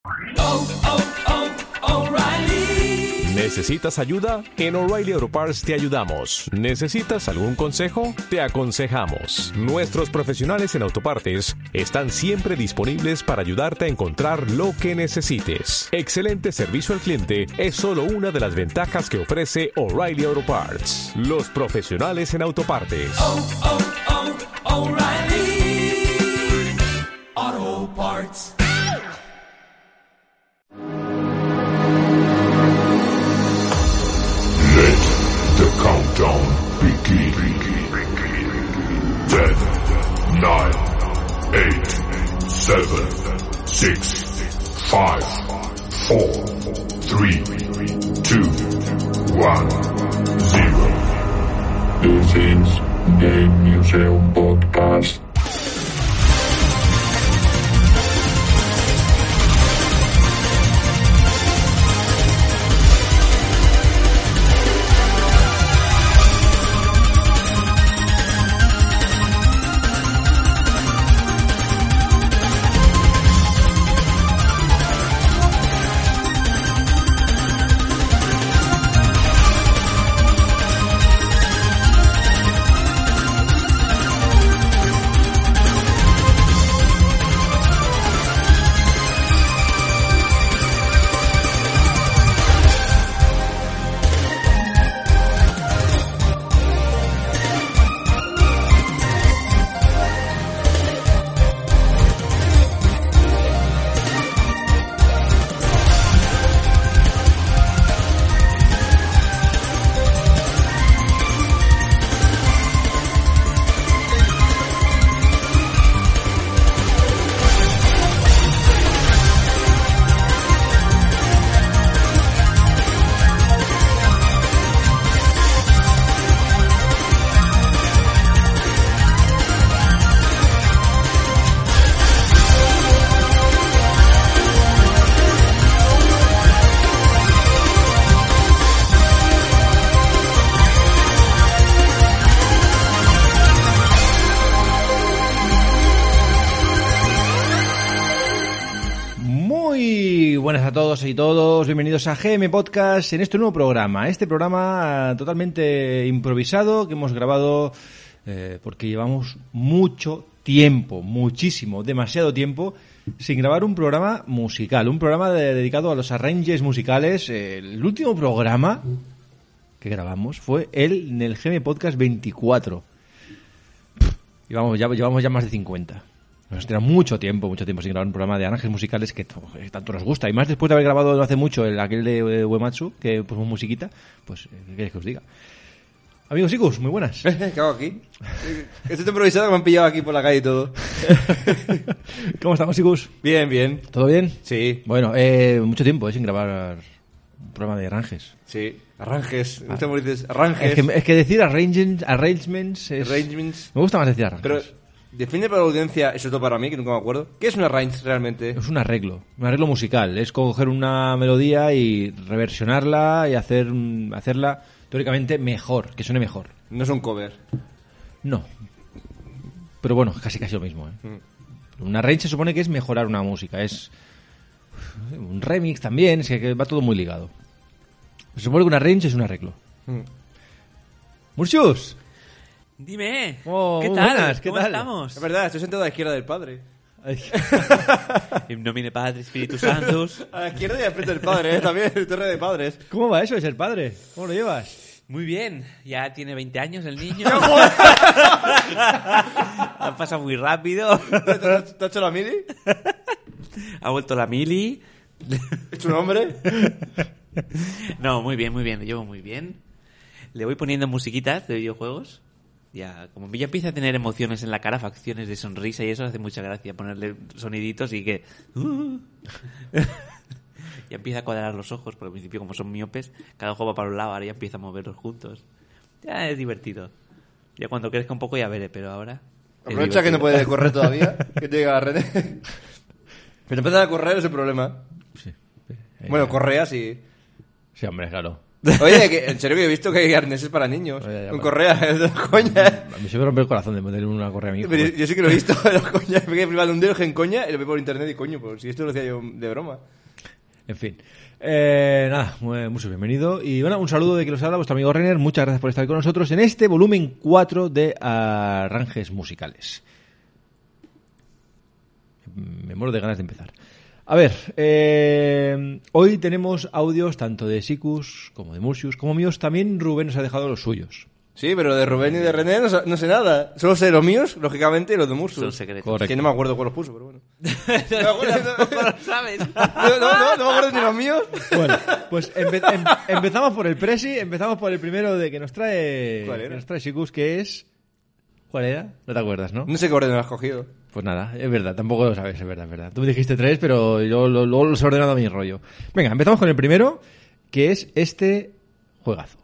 O'Reilly. ¿Necesitas ayuda? En O'Reilly Auto Parts te ayudamos. ¿Necesitas algún consejo? Te aconsejamos. Nuestros profesionales en autopartes están siempre disponibles para ayudarte a encontrar lo que necesites. Excelente servicio al cliente es solo una de las ventajas que ofrece O'Reilly Auto Parts. Los profesionales en autopartes. O'Reilly Auto Parts. The countdown begin. 10, 9, 8, 7, 6, 5, 4, 3, 2, 1, 0. This is Game Museum Podcast. Buenas a todos y todos, bienvenidos a GM Podcast en este nuevo programa. Este programa totalmente improvisado que hemos grabado porque llevamos mucho tiempo, muchísimo, demasiado tiempo sin grabar un programa musical, un programa dedicado a los arranges musicales. El último programa que grabamos fue en el GM Podcast 24. Llevamos ya más de 50. Nos tira mucho tiempo sin grabar un programa de arranjes musicales que tanto nos gusta. Y más después de haber grabado no hace mucho aquel de Uematsu, que pusimos musiquita, pues, ¿qué queréis que os diga? Amigos Ikus, muy buenas. ¿Qué hago aquí? Estoy improvisado que me han pillado aquí por la calle y todo. ¿Cómo estamos, Ikus? Bien, bien. ¿Todo bien? Sí. Bueno, mucho tiempo sin grabar un programa de arranjes. Sí, arranjes. Arranjes. Es que decir arrangements es... Arrangements. Me gusta más decir arranjes. Pero define para la audiencia, y sobre todo para mí, que nunca me acuerdo, ¿qué es un arrange realmente? Es un arreglo musical. Es coger una melodía y reversionarla y hacerla teóricamente mejor, que suene mejor. No es un cover. No. Pero bueno, casi lo mismo, ¿eh? Un arrange se supone que es mejorar una música. Es un remix también, es que va todo muy ligado. Se supone que un arrange es un arreglo. ¡Murcius! Dime, Oh, ¿qué muy tal? buenas, ¿qué ¿Cómo tal? estamos? Es verdad, estoy sentado a la izquierda del padre. In nomine Padre, Espíritu Santos. A la izquierda y al frente del padre, también, torre de padres. ¿Cómo va eso de ser padre? ¿Cómo lo llevas? Muy bien, ya tiene 20 años el niño. Ha pasado muy rápido. ¿Te ha hecho la mili? Ha vuelto la mili. ¿Es tu nombre? No, muy bien, lo llevo muy bien. Le voy poniendo musiquitas de videojuegos. Ya, como ya empieza a tener emociones en la cara, facciones de sonrisa y eso, hace mucha gracia ponerle soniditos y que... ya empieza a cuadrar los ojos, porque al principio como son miopes, cada ojo va para un lado, ahora ya empieza a moverlos juntos. Ya es divertido. Ya cuando crezca un poco ya veré, pero ahora... Aprovecha que no puede correr todavía, que te diga René. Pero empezar a correr es el problema. Sí. Bueno, correas y... Sí, hombre, claro. Oye, que, en serio que he visto que hay arneses para niños. Oye, Con correa, es de coña. A mí se me rompe el corazón de meter una correa a mi hijo. Pero yo sí que lo he visto, de coña. Me quedé privado un dedo en coña y lo vi por internet y coño, pues si esto lo hacía yo de broma. En fin. Nada, mucho bienvenido. Y bueno, un saludo de que los habla vuestro amigo Renner. Muchas gracias por estar con nosotros en este volumen 4 de Arranjes Musicales. Me muero de ganas de empezar. A ver, hoy tenemos audios tanto de Sikus como de Mursius como míos. También Rubén nos ha dejado los suyos. Sí, pero de Rubén y de René no sé nada. Solo sé los míos, lógicamente, y los de Mursus. Son secretos. Correcto. Que no me acuerdo cuál los puso, pero bueno. ¿Cómo lo sabes? No me acuerdo ni los míos. Bueno, pues empezamos por el Presi, empezamos por el primero de que nos trae, ¿Cuál era? que nos trae Sikus, que es... ¿Cuál era? No te acuerdas, ¿no? No sé qué orden lo has cogido. Pues nada, es verdad, tampoco lo sabes, es verdad. Tú me dijiste 3, pero yo luego los he ordenado a mi rollo. Venga, empezamos con el primero, que es este juegazo.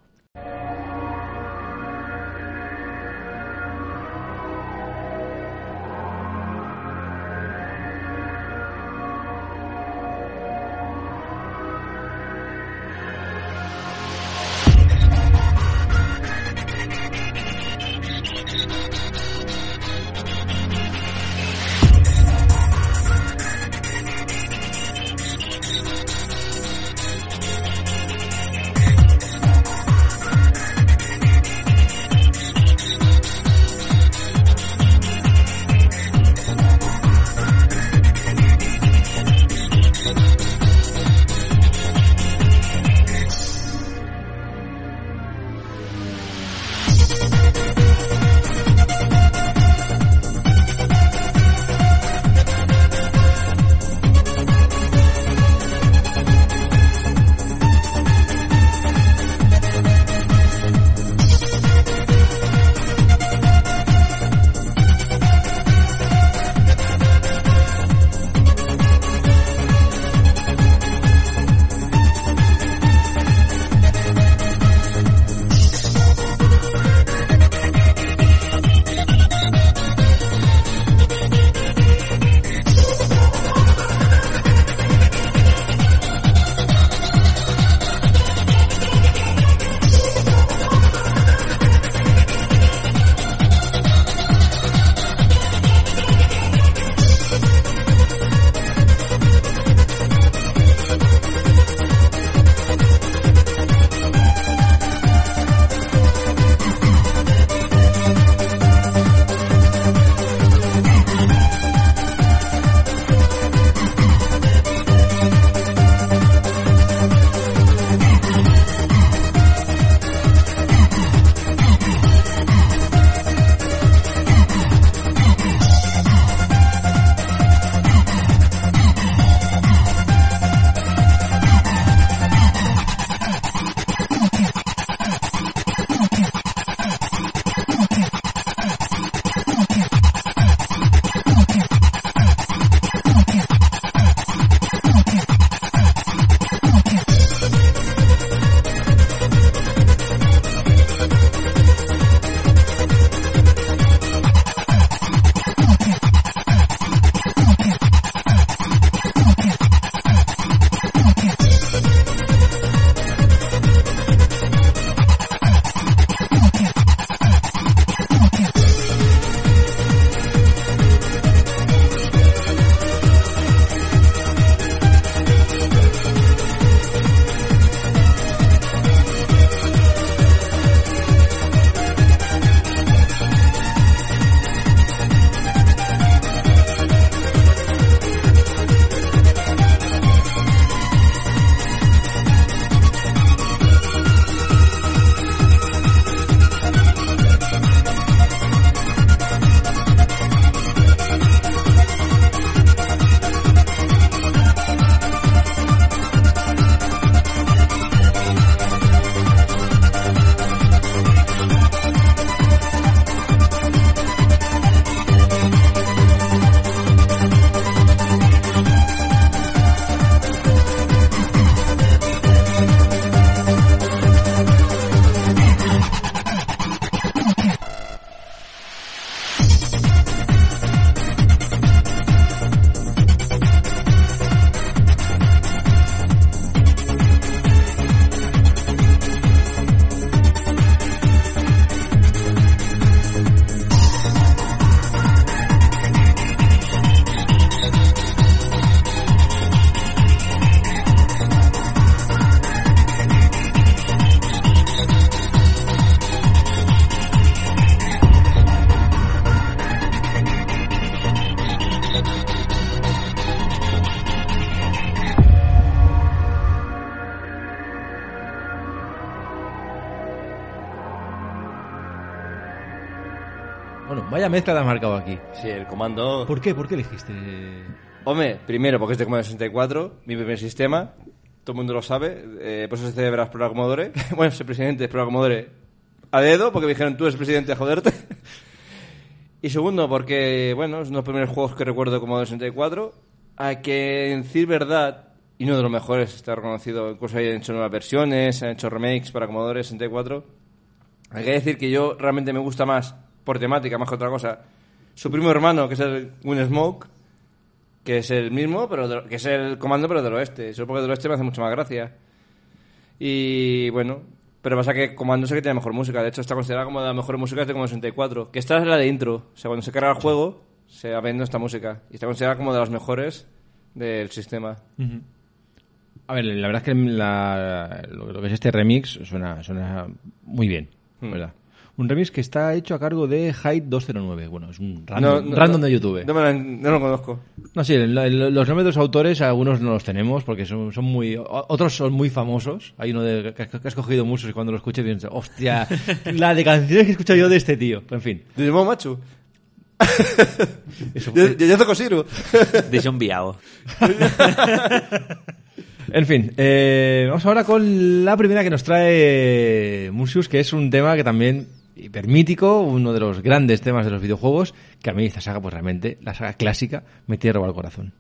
Comando. Vaya mezcla te has marcado aquí. Sí, el Comando... ¿Por qué? ¿Por qué elegiste...? Hombre, primero porque es de Commodore 64, mi primer sistema, todo el mundo lo sabe, por eso se celebra Explora Commodore. Bueno, soy presidente de Explora Commodore a dedo, porque me dijeron tú eres presidente a joderte. Y segundo, porque, bueno, es uno de los primeros juegos que recuerdo de Commodore 64, a que en decir verdad, y uno de los mejores, está reconocido, incluso hay hecho nuevas versiones, han hecho remakes para Commodore 64. Hay que decir que yo realmente me gusta más, por temática, más que otra cosa, su primo hermano, que es el Gunsmoke, que es el mismo, pero que es el Comando, pero del oeste. Solo porque del oeste me hace mucho más gracia. Y bueno, pero pasa que Comando sé que tiene mejor música. De hecho, está considerada como de las mejores músicas de Commodore 64. Que esta es la de intro. O sea, cuando se carga el juego, se va viendo esta música. Y está considerada como de las mejores del sistema. A ver, la verdad es que lo que es este remix suena muy bien, ¿verdad? Un remix que está hecho a cargo de Hyde209. Bueno, es un random de YouTube. No lo conozco. No, sí, los nombres de los autores, algunos no los tenemos porque son muy... Otros son muy famosos. Hay uno que has cogido muchos y cuando lo escuches piensas, hostia, la de canciones que he escuchado yo de este tío. En fin. De Momo Machu. Yo toco Siru. De John Biao. En fin, vamos ahora con la primera que nos trae Mursius, que es un tema que también hipermítico, uno de los grandes temas de los videojuegos, que a mí esta saga, pues realmente, la saga clásica, me tiene robado el corazón.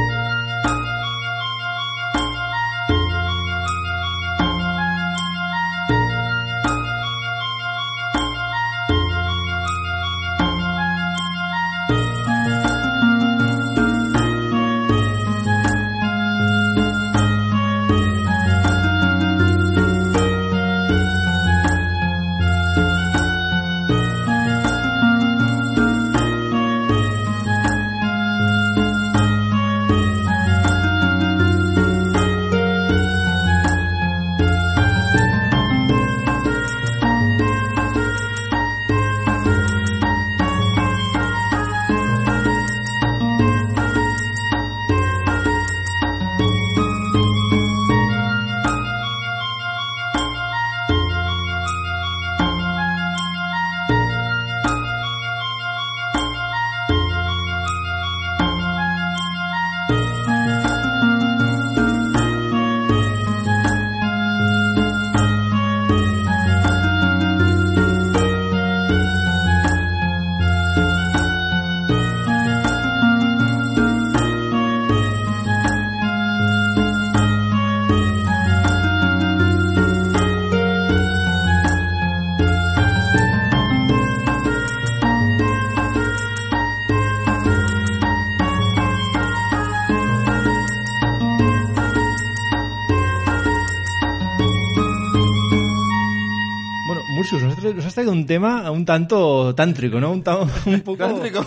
Nos has traído un tema un tanto tántrico, ¿no? Un poco... ¿Tántrico?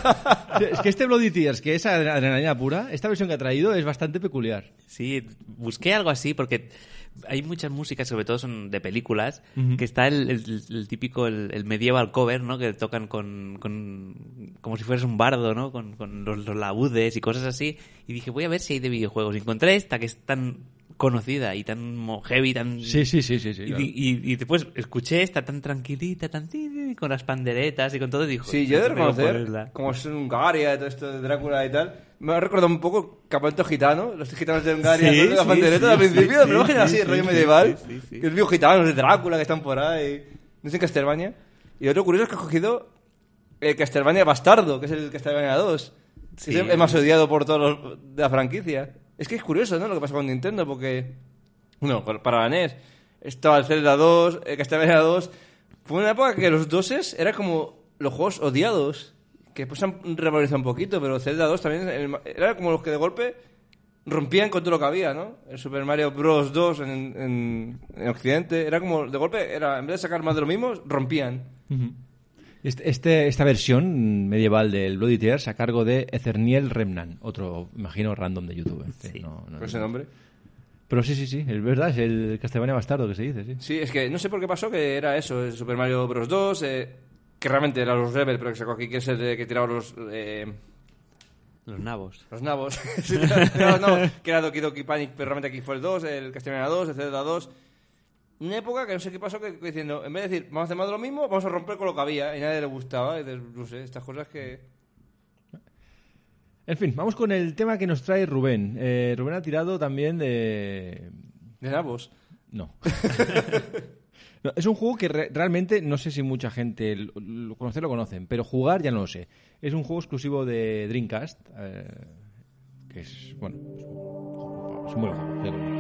Es que este Bloody Tears, que es adrenalina pura, esta versión que ha traído es bastante peculiar. Sí, busqué algo así porque hay muchas músicas, sobre todo son de películas, que está el típico, el medieval cover, ¿no? Que tocan con como si fueras un bardo, ¿no? Con los laúdes y cosas así. Y dije, voy a ver si hay de videojuegos. Y encontré esta que es tan conocida y tan heavy, tan... Sí. Claro. Y después escuché esta tan tranquilita, tan con las panderetas y con todo, y dijo... Sí, yo he de reconocer, como es en Hungaria, todo esto de Drácula y tal, me ha recordado un poco Campamento Gitano, los gitanos de Hungaria, sí, con las panderetas al principio, pero así, rollo medieval, sí. que es viejos gitanos de Drácula que están por ahí, no sé en Castlevania. Y otro curioso es que has cogido el Castlevania Bastardo, que es el Castlevania 2, Sí. es el más odiado por todos los de la franquicia. Es que es curioso, ¿no? Lo que pasa con Nintendo, porque... Bueno, para la NES estaba el Zelda 2, el Castlevania 2... Fue una época que los doses eran como los juegos odiados, que después se han revalorizado un poquito, pero Zelda 2 también era como los que de golpe rompían con todo lo que había, ¿no? El Super Mario Bros. 2 en Occidente era como, de golpe, en vez de sacar más de lo mismo, rompían. Esta versión medieval del Bloody Tears a cargo de Eterniel Remnant, otro, imagino, random de YouTube. Sí. ¿Con ese nombre? Pero sí, es verdad, es el Castlevania Bastardo que se dice, sí. Sí, es que no sé por qué pasó que era eso, el Super Mario Bros. 2, que realmente era los Rebel, pero que sacó aquí, que es el que tiraba los... Los nabos. Los nabos. No, que era Doki Doki Panic, pero realmente aquí fue el 2, el Castlevania 2, el Zelda 2... una época que no sé qué pasó, que diciendo, en vez de decir, vamos a hacer más de lo mismo, vamos a romper con lo que había, y a nadie le gustaba. Y no sé, estas cosas que... En fin, vamos con el tema que nos trae Rubén. Rubén ha tirado también de... ¿De nabos? No. No, es un juego que realmente no sé si mucha gente lo conocen, pero jugar ya no lo sé. Es un juego exclusivo de Dreamcast, que es, bueno, es muy bueno.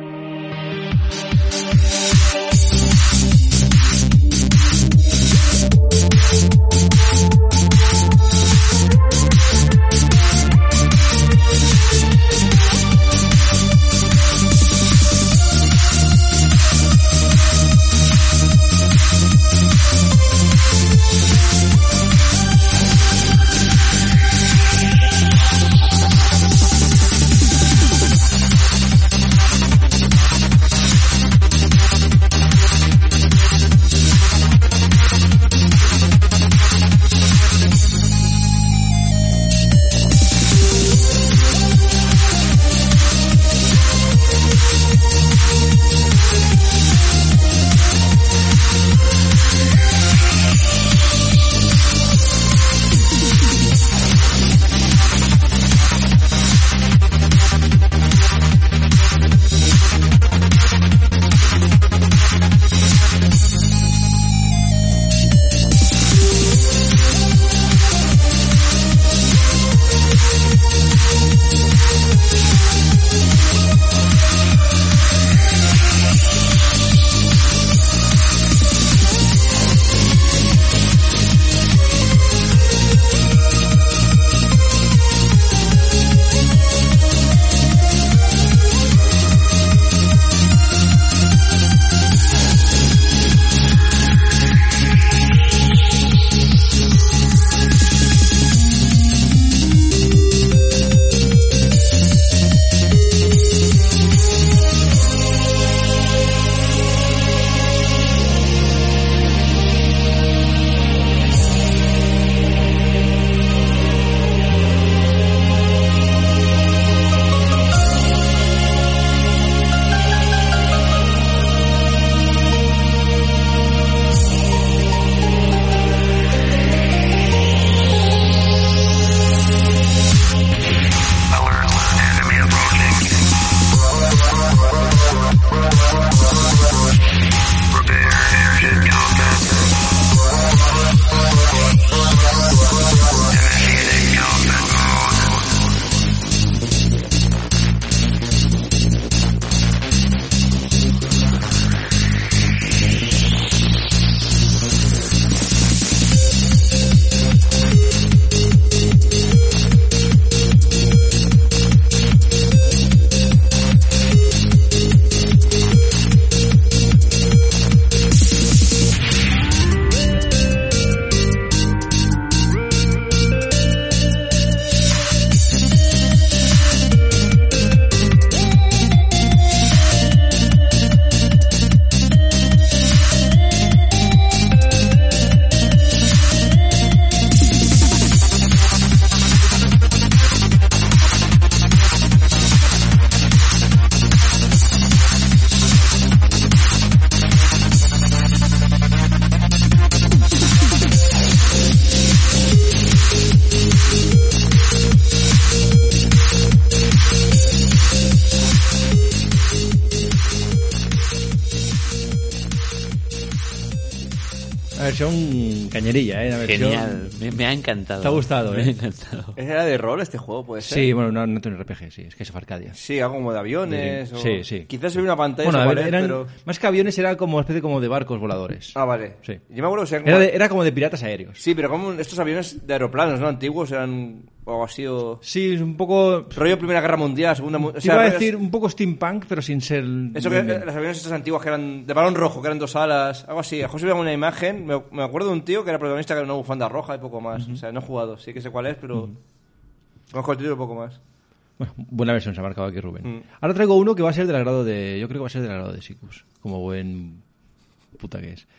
Una versión cañerilla, ¿eh? Una versión... Genial, me ha encantado. Te ha gustado, Me ha encantado. ¿Era de rol este juego, puede ser? Sí, bueno, no es un RPG, sí, es que es Arcadia. Sí, algo como de aviones. O... Sí, sí. Quizás se ve una pantalla. Bueno, igual, eran, pero... más que aviones, era como una especie como de barcos voladores. Ah, vale. Sí. Yo me acuerdo que eran como... Era como de piratas aéreos. Sí, pero como estos aviones de aeroplanos, ¿no? Antiguos, eran algo así o... Sí, es un poco... Rollo Primera Guerra Mundial, Segunda Mundial... Te iba a decir un poco steampunk, pero sin ser... Eso que los aviones estos antiguos que eran de balón rojo, que eran 2 alas, algo así. A José veía una imagen, me acuerdo de un tío que era protagonista que era una bufanda roja y poco más. O sea, no he jugado, sí que sé cuál es, pero... Conozco el título y poco más. Bueno, buena versión se ha marcado aquí Rubén. Ahora traigo uno que va a ser del agrado de... Yo creo que va a ser del agrado de Sikus. Como buen... puta que es.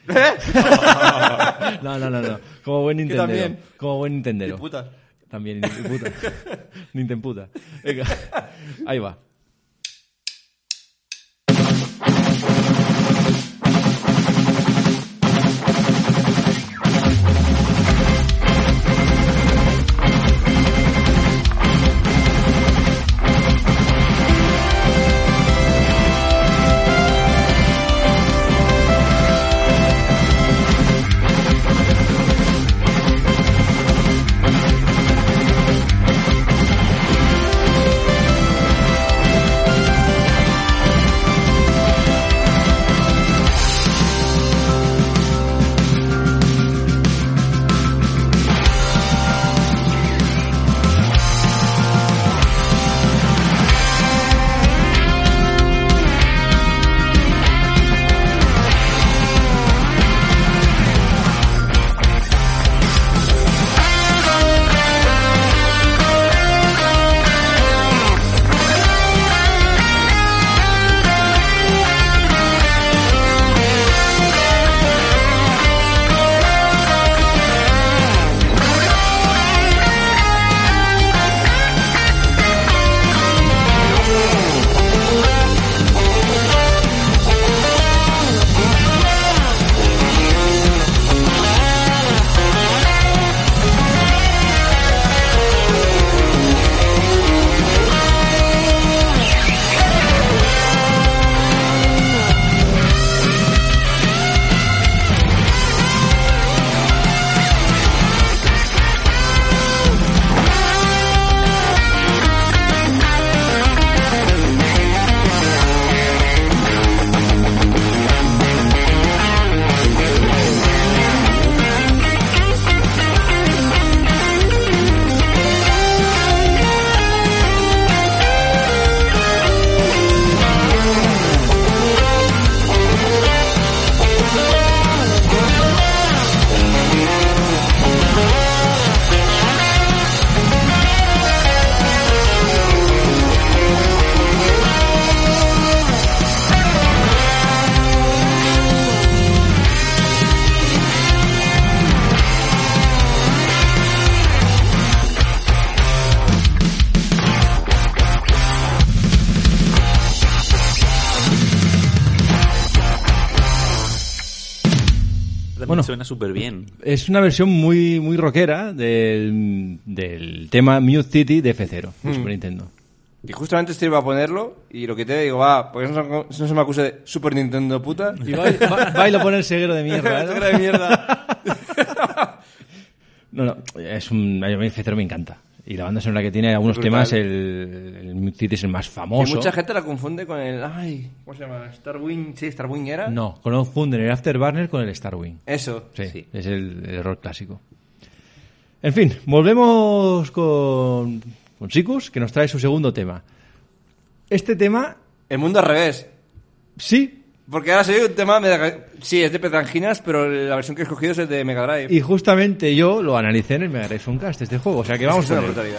No. Como buen Nintendero. también. Como buen Nintendero. Y puta. También, y puta. Nintenputa. Venga, ahí va. también suena súper bien. Es una versión muy muy rockera del tema Mute City de F0 de Super Nintendo. Y justamente estoy iba a ponerlo y lo que te digo, porque no se me acuse de Super Nintendo puta. Y va y lo pone el ceguero de mierda. ¿no? Ceguero de mierda. No, a mí F0 me encanta. Y la banda sonora que tiene algunos temas, el Mute City es el más famoso. Y mucha gente la confunde con el... ¿cómo se llama? Starwind. Sí, Starwind era. No, confunden el Afterburner con el Starwind. Eso. Sí. Es el error clásico. En fin, volvemos con Sikus, que nos trae su segundo tema. Este tema... El mundo al revés. Sí. Porque ahora soy un tema... Sí, es de Petanginas, pero la versión que he escogido es el de Mega Drive. Y justamente yo lo analicé en el Mega Drive Funcast, este juego. O sea que vamos a ver. con Es una brutalidad.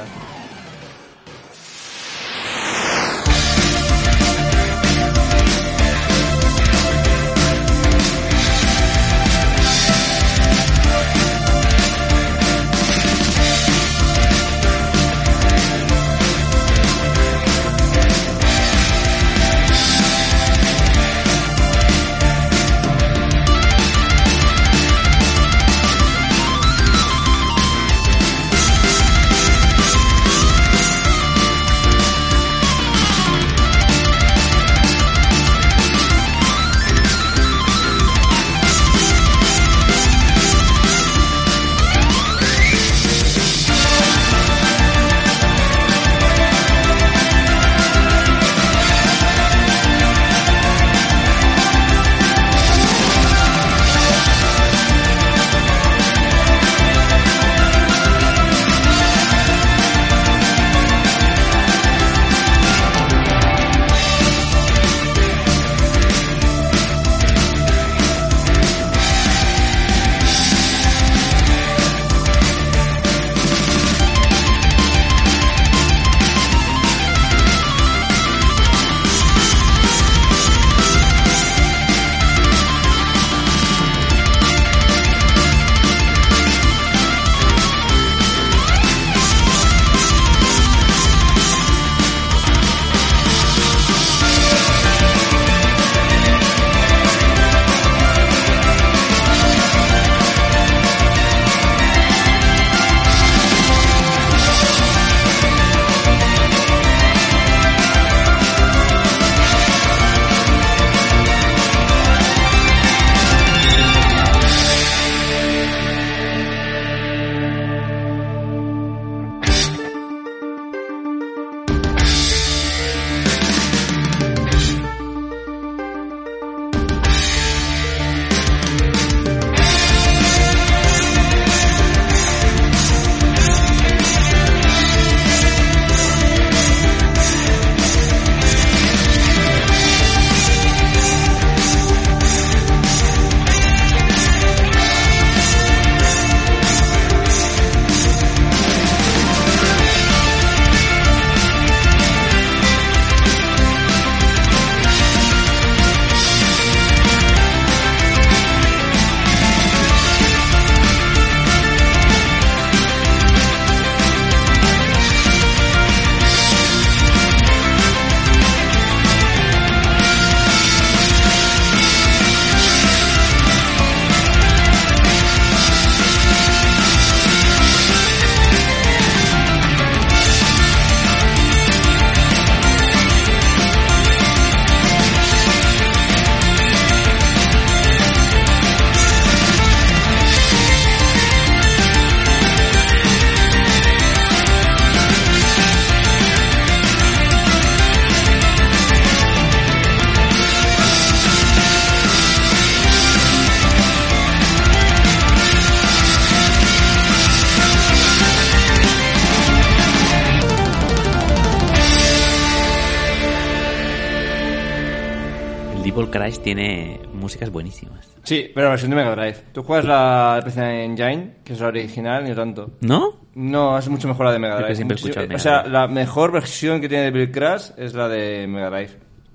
Devil Crash tiene músicas buenísimas. Sí, pero la versión de Mega Drive. Tú juegas la PC Engine, que es la original, ni tanto. ¿No? No, es mucho mejor la de Mega Yo Drive. que siempre he escuchado Mega o sea, Drive. la mejor versión que tiene de Devil Crash es la de Mega Drive.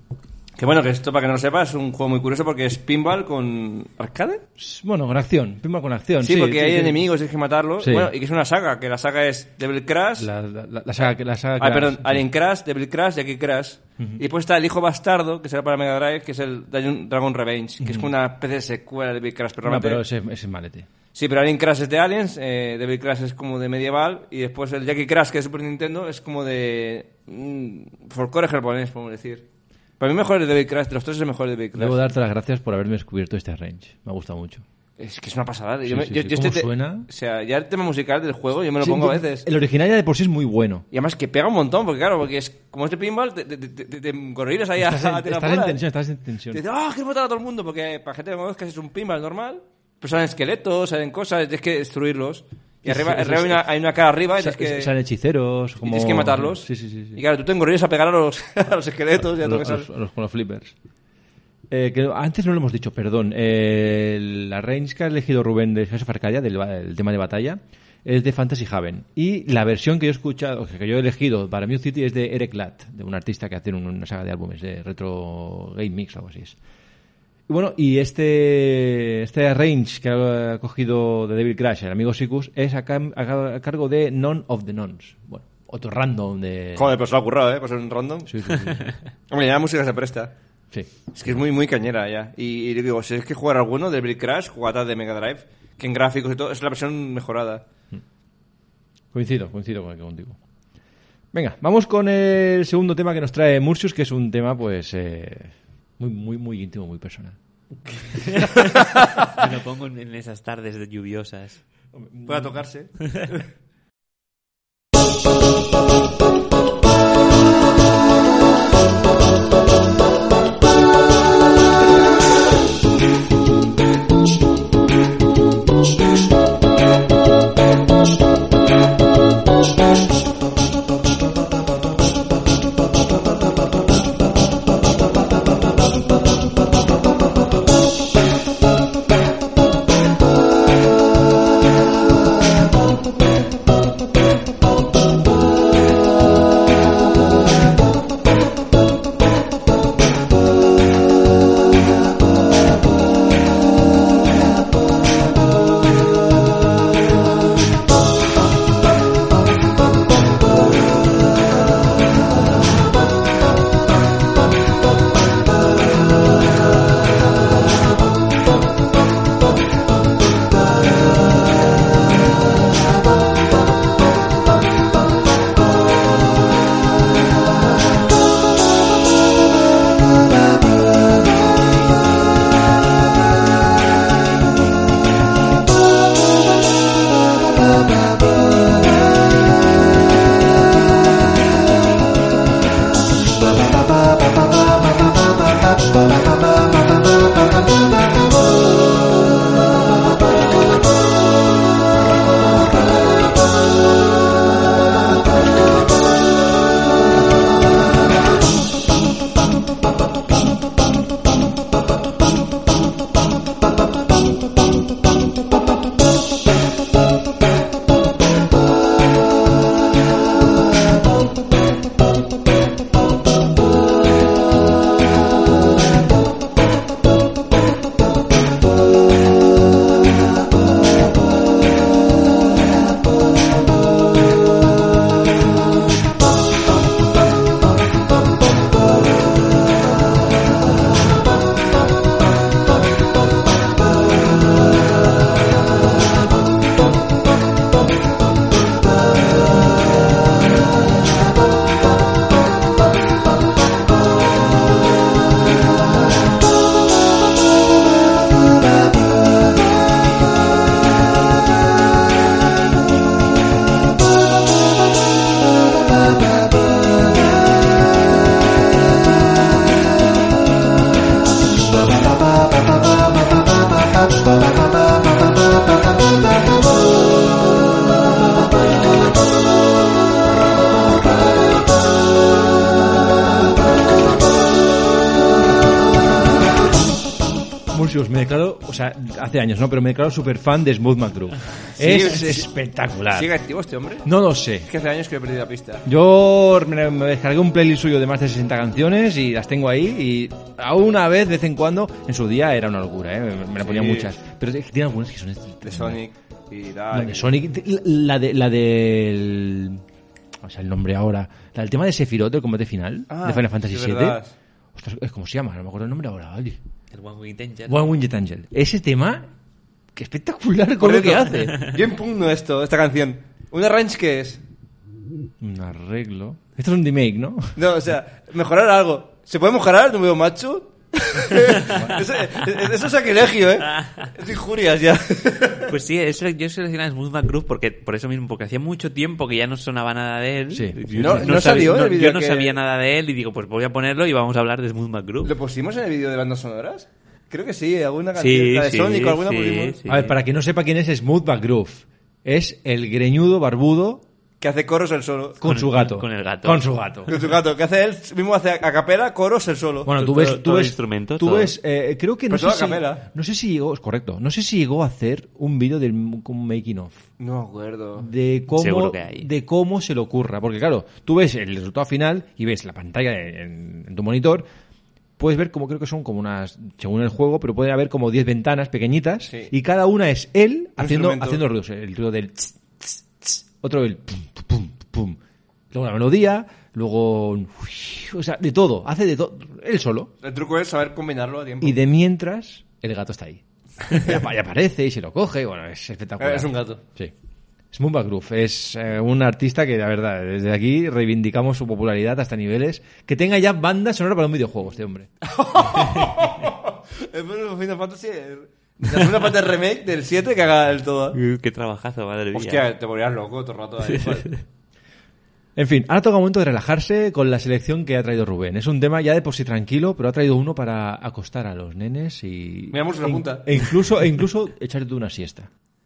Que bueno, que esto, para que no lo sepas, es un juego muy curioso porque es pinball con arcade. Bueno, con acción, pinball con acción. Sí, porque hay enemigos, tienes que matarlos. Sí. Bueno, y que es una saga, que la saga es Devil Crash. La saga Perdón, sí. Alien Crash, Devil Crash, Jackie Crash. Y después está el hijo bastardo, que será para Mega Drive, que es el Dragon Revenge, que es como una especie de secuela de Devil Crash. Pero, No, pero ese es malete. Sí, pero Alien Crash es de Aliens, Devil Crash es como de medieval, y después el Jackie Crash, que es de Super Nintendo, es como de folclore japonés, podemos decir. Para mí mejor el Devil Crash, de los tres es el mejor el Devil Crash. Debo darte las gracias por haberme descubierto este range. Me ha gustado mucho. Es que es una pasada. Sí, sí. ¿Cómo suena? O sea, ya el tema musical del juego yo me lo Sí, pongo a veces. El original ya de por sí es muy bueno. Y además que pega un montón, porque claro, porque es como este pinball, te gorrilas ahí Estás a en tirar tensión, bolas. estás en tensión. Te dices, quiero matar a todo el mundo, porque para gente que me conozca es un pinball normal, pero salen esqueletos, salen cosas, tienes que destruirlos. Y arriba hay una cara arriba y tienes que... Salen hechiceros. Como... Y tienes que matarlos. Sí. Y claro, tú te engorrillas a pegar a los esqueletos y a todo eso. Con los flippers. Que antes no lo hemos dicho, perdón. La range que ha elegido Rubén de Joseph Arcadia, del tema de batalla, es de Fantasy Haven. Y la versión que yo he escuchado, que yo he elegido para Mute City es de Eric Ladd, de un artista que hace una saga de álbumes de Retro Game Mix o algo así es. Y bueno, y este range que ha cogido de Devil Crash, el amigo Sikus, es a cargo de None of the Nons. Bueno, otro random de... Joder, pues lo ha currado, pues es un random. Sí. Hombre, ya la música se presta. Sí. Es que es muy, muy cañera ya. Y digo, si es que jugar alguno de Devil Crash, jugada de Mega Drive, que en gráficos y todo, es la versión mejorada. Coincido contigo. Venga, vamos con el segundo tema que nos trae Murcius, que es un tema, pues, muy íntimo, muy personal. Me lo pongo en esas tardes lluviosas. Pueda tocarse. Rusius, me declaro, o sea, hace años, ¿no? Pero me declaro súper fan de Smooth McGroove. Es espectacular. ¿Sigue activo este hombre? No lo sé. Es que hace años que he perdido la pista. Yo me descargué un playlist suyo de más de 60 canciones y las tengo ahí y a una vez, de vez en cuando, en su día era una locura, ¿eh? Me la ponía muchas. Pero es que tiene algunas que son... De Sonic y No, tal. de Sonic, la del... O sea, el nombre ahora. La del tema de Sephiroth, del combate final, de Final Fantasy sí, VII. verdad. Ostras, ¿cómo se llama? No me acuerdo el nombre ahora. Oye. El One Winged Angel. One Winged Angel. Ese tema, qué espectacular con lo que hace. Yo impugno esta canción. ¿Un arrange qué es? Un arreglo. Esto es un remake, ¿no? No, o sea, mejorar algo. ¿Se puede mejorar el número macho? eso es sacrilegio, ¿eh? Es injurias ya. Pues sí, eso, yo seleccioné a Smooth McGroove por eso mismo, porque hacía mucho tiempo que ya no sonaba nada de él. Sí. No salió en el vídeo yo no que- sabía nada de él y digo, pues voy a ponerlo y vamos a hablar de Smooth McGroove. ¿Lo pusimos en el vídeo de bandas sonoras? Creo que sí, alguna canción. Sí, la de sí, Sonic o alguna sí, pusimos. sí. A ver, para quien no sepa quién es Smooth McGroove, es el greñudo barbudo Que hace coros el solo. con su gato. con el gato. Con su gato. Con su gato, que hace él mismo hace a capela coros el solo. Bueno, tú Todo- ves, todo instrumento, tú todo. ves, creo que no Pero sé, todo a si, capela. no sé si llegó, es correcto, no sé si llegó a hacer un vídeo del un making of No me acuerdo. de Seguro cómo, que hay. de cómo se le ocurra, porque claro, tú ves el resultado final y ves la pantalla en tu monitor, puedes ver como creo que son como unas, según el juego, pero puede haber como 10 ventanas pequeñitas Sí. y cada una es él haciendo instrumento. ruidos, el ruido del tss, tss, tss, otro el pum pum pum, luego la melodía, luego o sea, de todo, hace de todo, él solo. El truco es saber combinarlo a tiempo. Y de mientras, el gato está ahí. Y aparece y se lo coge. Bueno, es espectacular. Es un gato. Sí. Smooth McGroove es un artista que, la verdad, desde aquí reivindicamos su popularidad hasta niveles. Que tenga ya banda sonora para un videojuego, este hombre. Es un Final Fantasy. Es una parte de remake del 7 que haga el todo. Qué trabajazo, madre mía. Hostia, te volvías loco todo el rato ahí. En fin, ahora toca momento de relajarse con la selección que ha traído Rubén. Es un tema ya de por sí tranquilo, pero ha traído uno para acostar a los nenes y... Miramos una punta. E incluso echarte una siesta.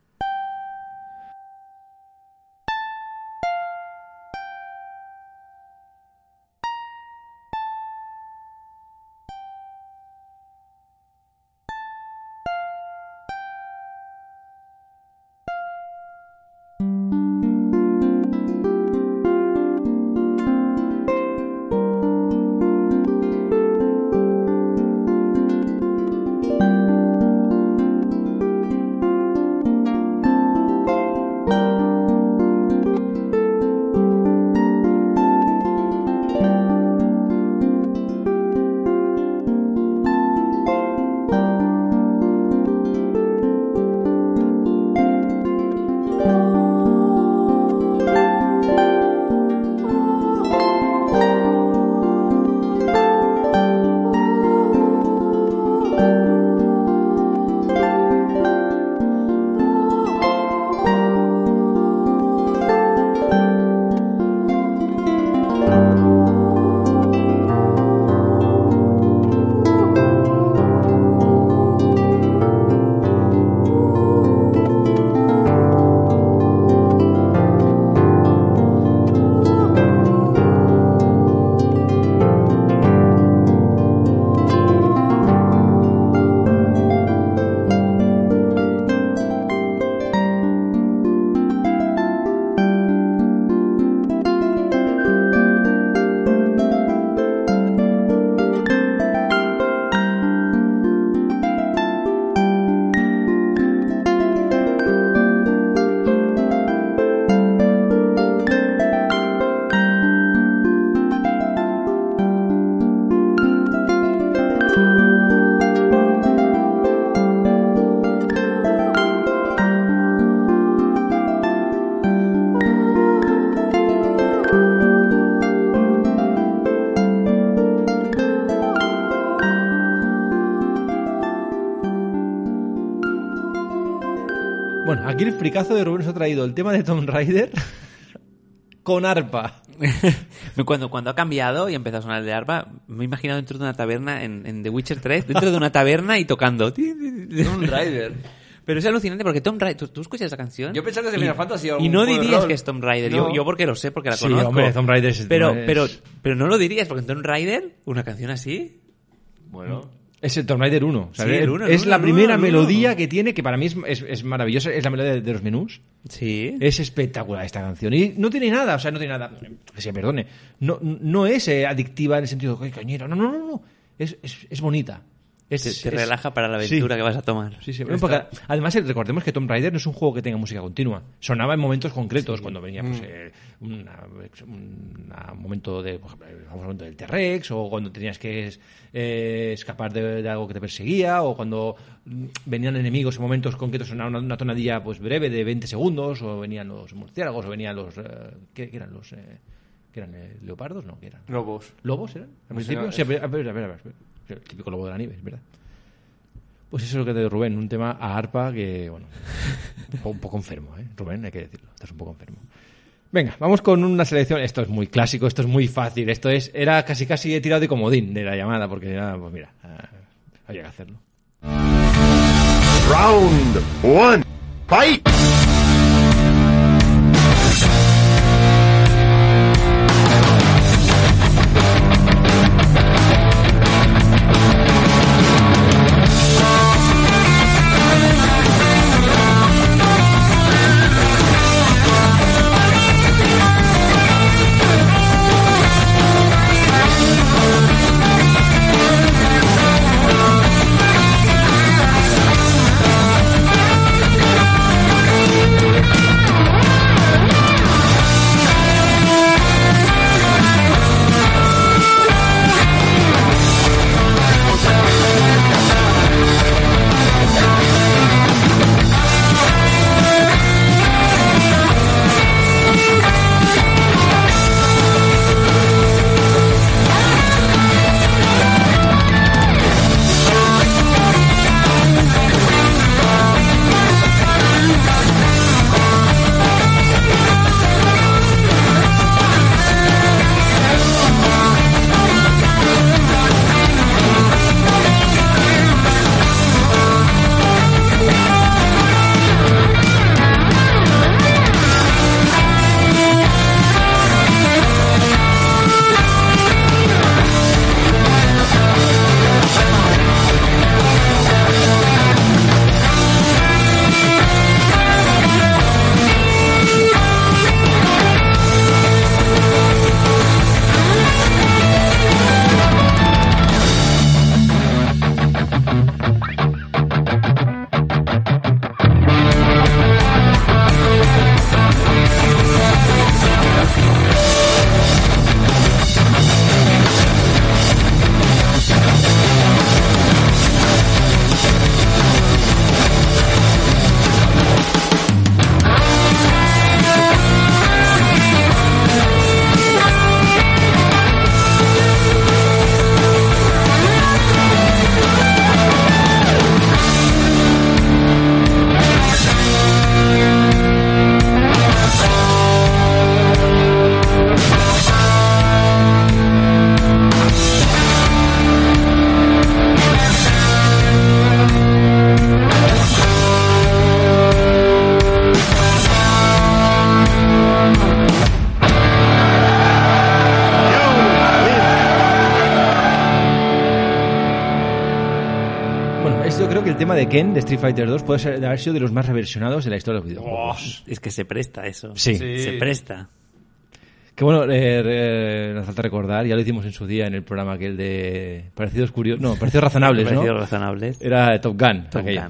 Bueno, aquí el fricazo de Rubén nos ha traído el tema de Tomb Raider con arpa. Cuando ha cambiado y ha empezado a sonar el de arpa, me he imaginado dentro de una taberna en The Witcher 3, dentro de una taberna y tocando. Tomb Raider. Pero es alucinante porque Tomb Raider, ¿tú escuchas esa canción? Yo pensaba que es de Y- Final Fantasy o algún Y no juego de dirías rol. que es Tomb Raider. No. Yo porque lo sé, porque la Sí, conozco. hombre, Tomb Raider es... pero, no es- pero no lo dirías, porque en Tomb Raider, una canción así... Bueno. Es el Tomb Raider 1. Sí, el 1, es el la 1, primera el 1. melodía que tiene, que para mí es maravillosa. Es la melodía de los menús. Sí. Es espectacular esta canción. Y no tiene nada, o sea, no tiene nada. Que se perdone. No es adictiva en el sentido de cañera. No. Es bonita. Te relaja para la aventura que vas a tomar. Sí. Bueno, porque, además, recordemos que Tomb Raider no es un juego que tenga música continua. Sonaba en momentos concretos, cuando venía pues, un momento de, por ejemplo, un momento del T-Rex, o cuando tenías que escapar de algo que te perseguía, o cuando venían enemigos en momentos concretos, sonaba una tonadilla pues breve de 20 segundos, o venían los murciélagos, o venían los... ¿qué eran los...? ¿Qué eran? ¿Leopardos? No, ¿qué eran? Lobos. ¿Lobos eran? ¿Al Pues principio? no, Sí, a ver. El típico lobo de la nieve, es verdad. Pues eso es lo que te digo, Rubén, un tema a arpa que, bueno, un poco enfermo, ¿eh? Rubén, hay que decirlo, estás un poco enfermo. Venga, vamos con una selección. Esto es muy clásico, esto es muy fácil, era casi he tirado de comodín de la llamada, porque ya, pues mira, había que hacerlo. Round 1. Fight! El tema de Ken de Street Fighter 2 puede haber sido de los más reversionados de la historia de los videojuegos. Es que se presta eso. Sí. Se presta. Que bueno, nos falta recordar, ya lo hicimos en su día en el programa aquel de Parecidos Razonables, ¿no? Parecidos Razonables. Era Top Gun.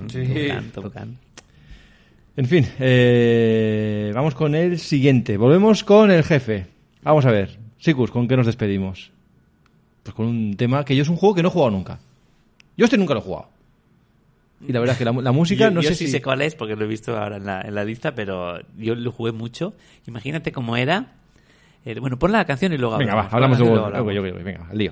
Top Gun. En fin, vamos con el siguiente. Volvemos con el jefe. Vamos a ver, Sikus, ¿con qué nos despedimos? Pues con un tema que yo es un juego que no he jugado nunca. Yo nunca lo he jugado. Y la verdad es que la música, yo sí sé cuál es, porque lo he visto ahora en la lista, pero yo lo jugué mucho. Imagínate cómo era. Bueno, pon la canción y luego hablamos. Venga, hablamos luego. Venga, al lío.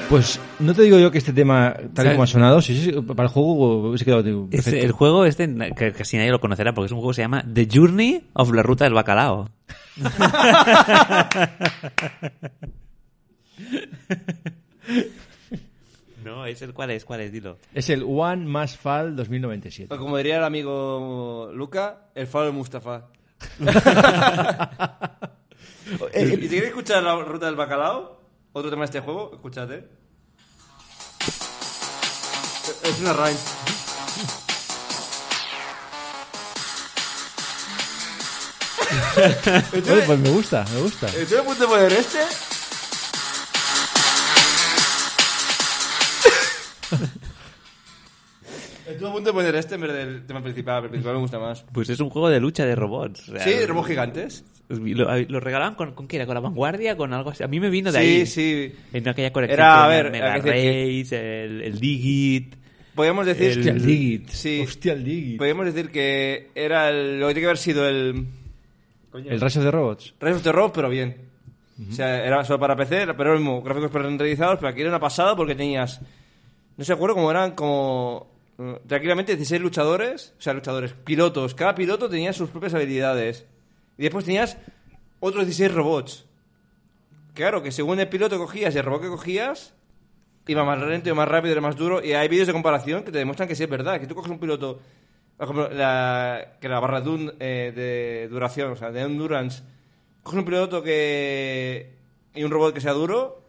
Pues no te digo yo que este tema, tal y como ha sonado, sí, para el juego se quedó perfecto. El juego que casi nadie lo conocerá porque es un juego que se llama The Journey of la Ruta del Bacalao. No, es el ¿cuál es? Dilo. Es el One Más Fall 2097. O como diría el amigo Luca, el faro de Mustafa. ¿Y si queréis escuchar la ruta del bacalao? Otro tema de este juego, escúchate. Es una rhyme. Oye, pues me gusta. Estoy a punto de poner este. Estuve a punto de poner este en vez del tema principal, pero el principal me gusta más. Pues es un juego de lucha de robots. O sea, Sí, robots gigantes. Lo regalaban con qué era, con la Vanguardia, con algo así. A mí me vino de ahí. Sí. En aquella colección. Era, a con ver, el Mega hay que decir Race, el Digit. Podríamos decir Hostia, el Digit. Sí. Hostia, el Digit. Podríamos decir que era lo que tiene que haber sido el El Rise of the Robots. Rise of the Robots, pero bien. O sea, era solo para PC, pero lo mismo, gráficos pre-renderizados, pero aquí era una pasada porque tenías, no sé, acuerdo cómo eran como tranquilamente 16 luchadores, pilotos. Cada piloto tenía sus propias habilidades. Y después tenías otros 16 robots. Claro, que según el piloto que cogías y el robot que cogías, iba más lento, iba más rápido, era más duro. Y hay vídeos de comparación que te demuestran que sí es verdad. Que tú coges un piloto, por ejemplo, que la barra de duración, o sea, de endurance, coges un piloto y un robot que sea duro,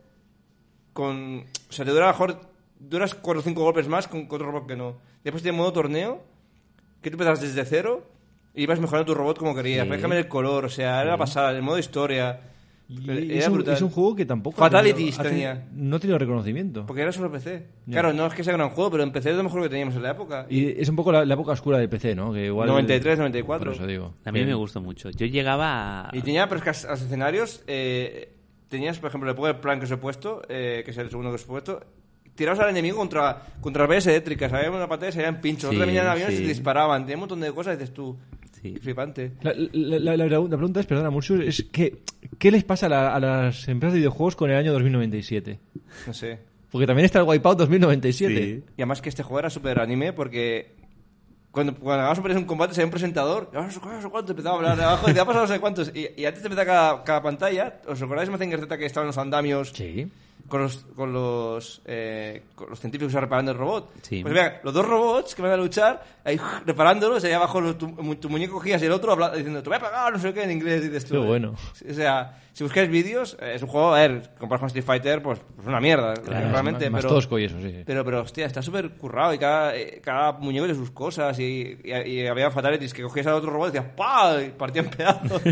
o sea, te dura mejor. Duras 4 o 5 golpes más con otro robot que no. Después tiene modo torneo, que tú empiezas desde cero y vas mejorando tu robot como querías. Puedes cambiar el color, o sea, era la pasada, el modo historia. Es un juego que tampoco... Fatalities tenía. No ha tenido reconocimiento. Porque era solo PC. Ya. Claro, no es que sea un gran juego, pero en PC es lo mejor que teníamos en la época. Y es un poco la época oscura del PC, ¿no? Que igual 93, 94. Por eso digo. A mí me gustó mucho. Yo llegaba a... Y tenía, pero es que a los escenarios, tenías, por ejemplo, el Power Plan que os he puesto, que es el segundo que os he puesto, tiraos al enemigo contra vías eléctricas. Había una pantalla y salían pinchos. Otros venían aviones y se disparaban. Tenía un montón de cosas, dices tú. Sí. Flipante. La pregunta es, perdona, Murcius, es ¿qué les pasa a las empresas de videojuegos con el año 2097? No sé. Porque también está el Wipeout 2097. Sí. Y además que este juego era súper anime porque cuando hagamos un combate salía un presentador y ahora no sé cuánto empezaba a hablar de abajo y te ha pasado no sé cuántos y antes de empezar cada pantalla, ¿os acordáis de Mazinger Z que estaban los andamios? Sí. Con los científicos reparando el robot. Sí. Pues mira, los dos robots que van a luchar, ahí reparándolos, ahí abajo tu muñeco cogías y el otro diciendo, te voy a pagar, no sé qué, en inglés dices tú. Qué bueno. O sea, si buscáis vídeos, es un juego, a ver, comparado con Street Fighter, pues una mierda, realmente. Más pero, tosco y eso, sí. pero hostia, está súper currado y cada muñeco tiene sus cosas y había fatalities que cogías al otro robot y decías ¡pah! Y partían pedazos.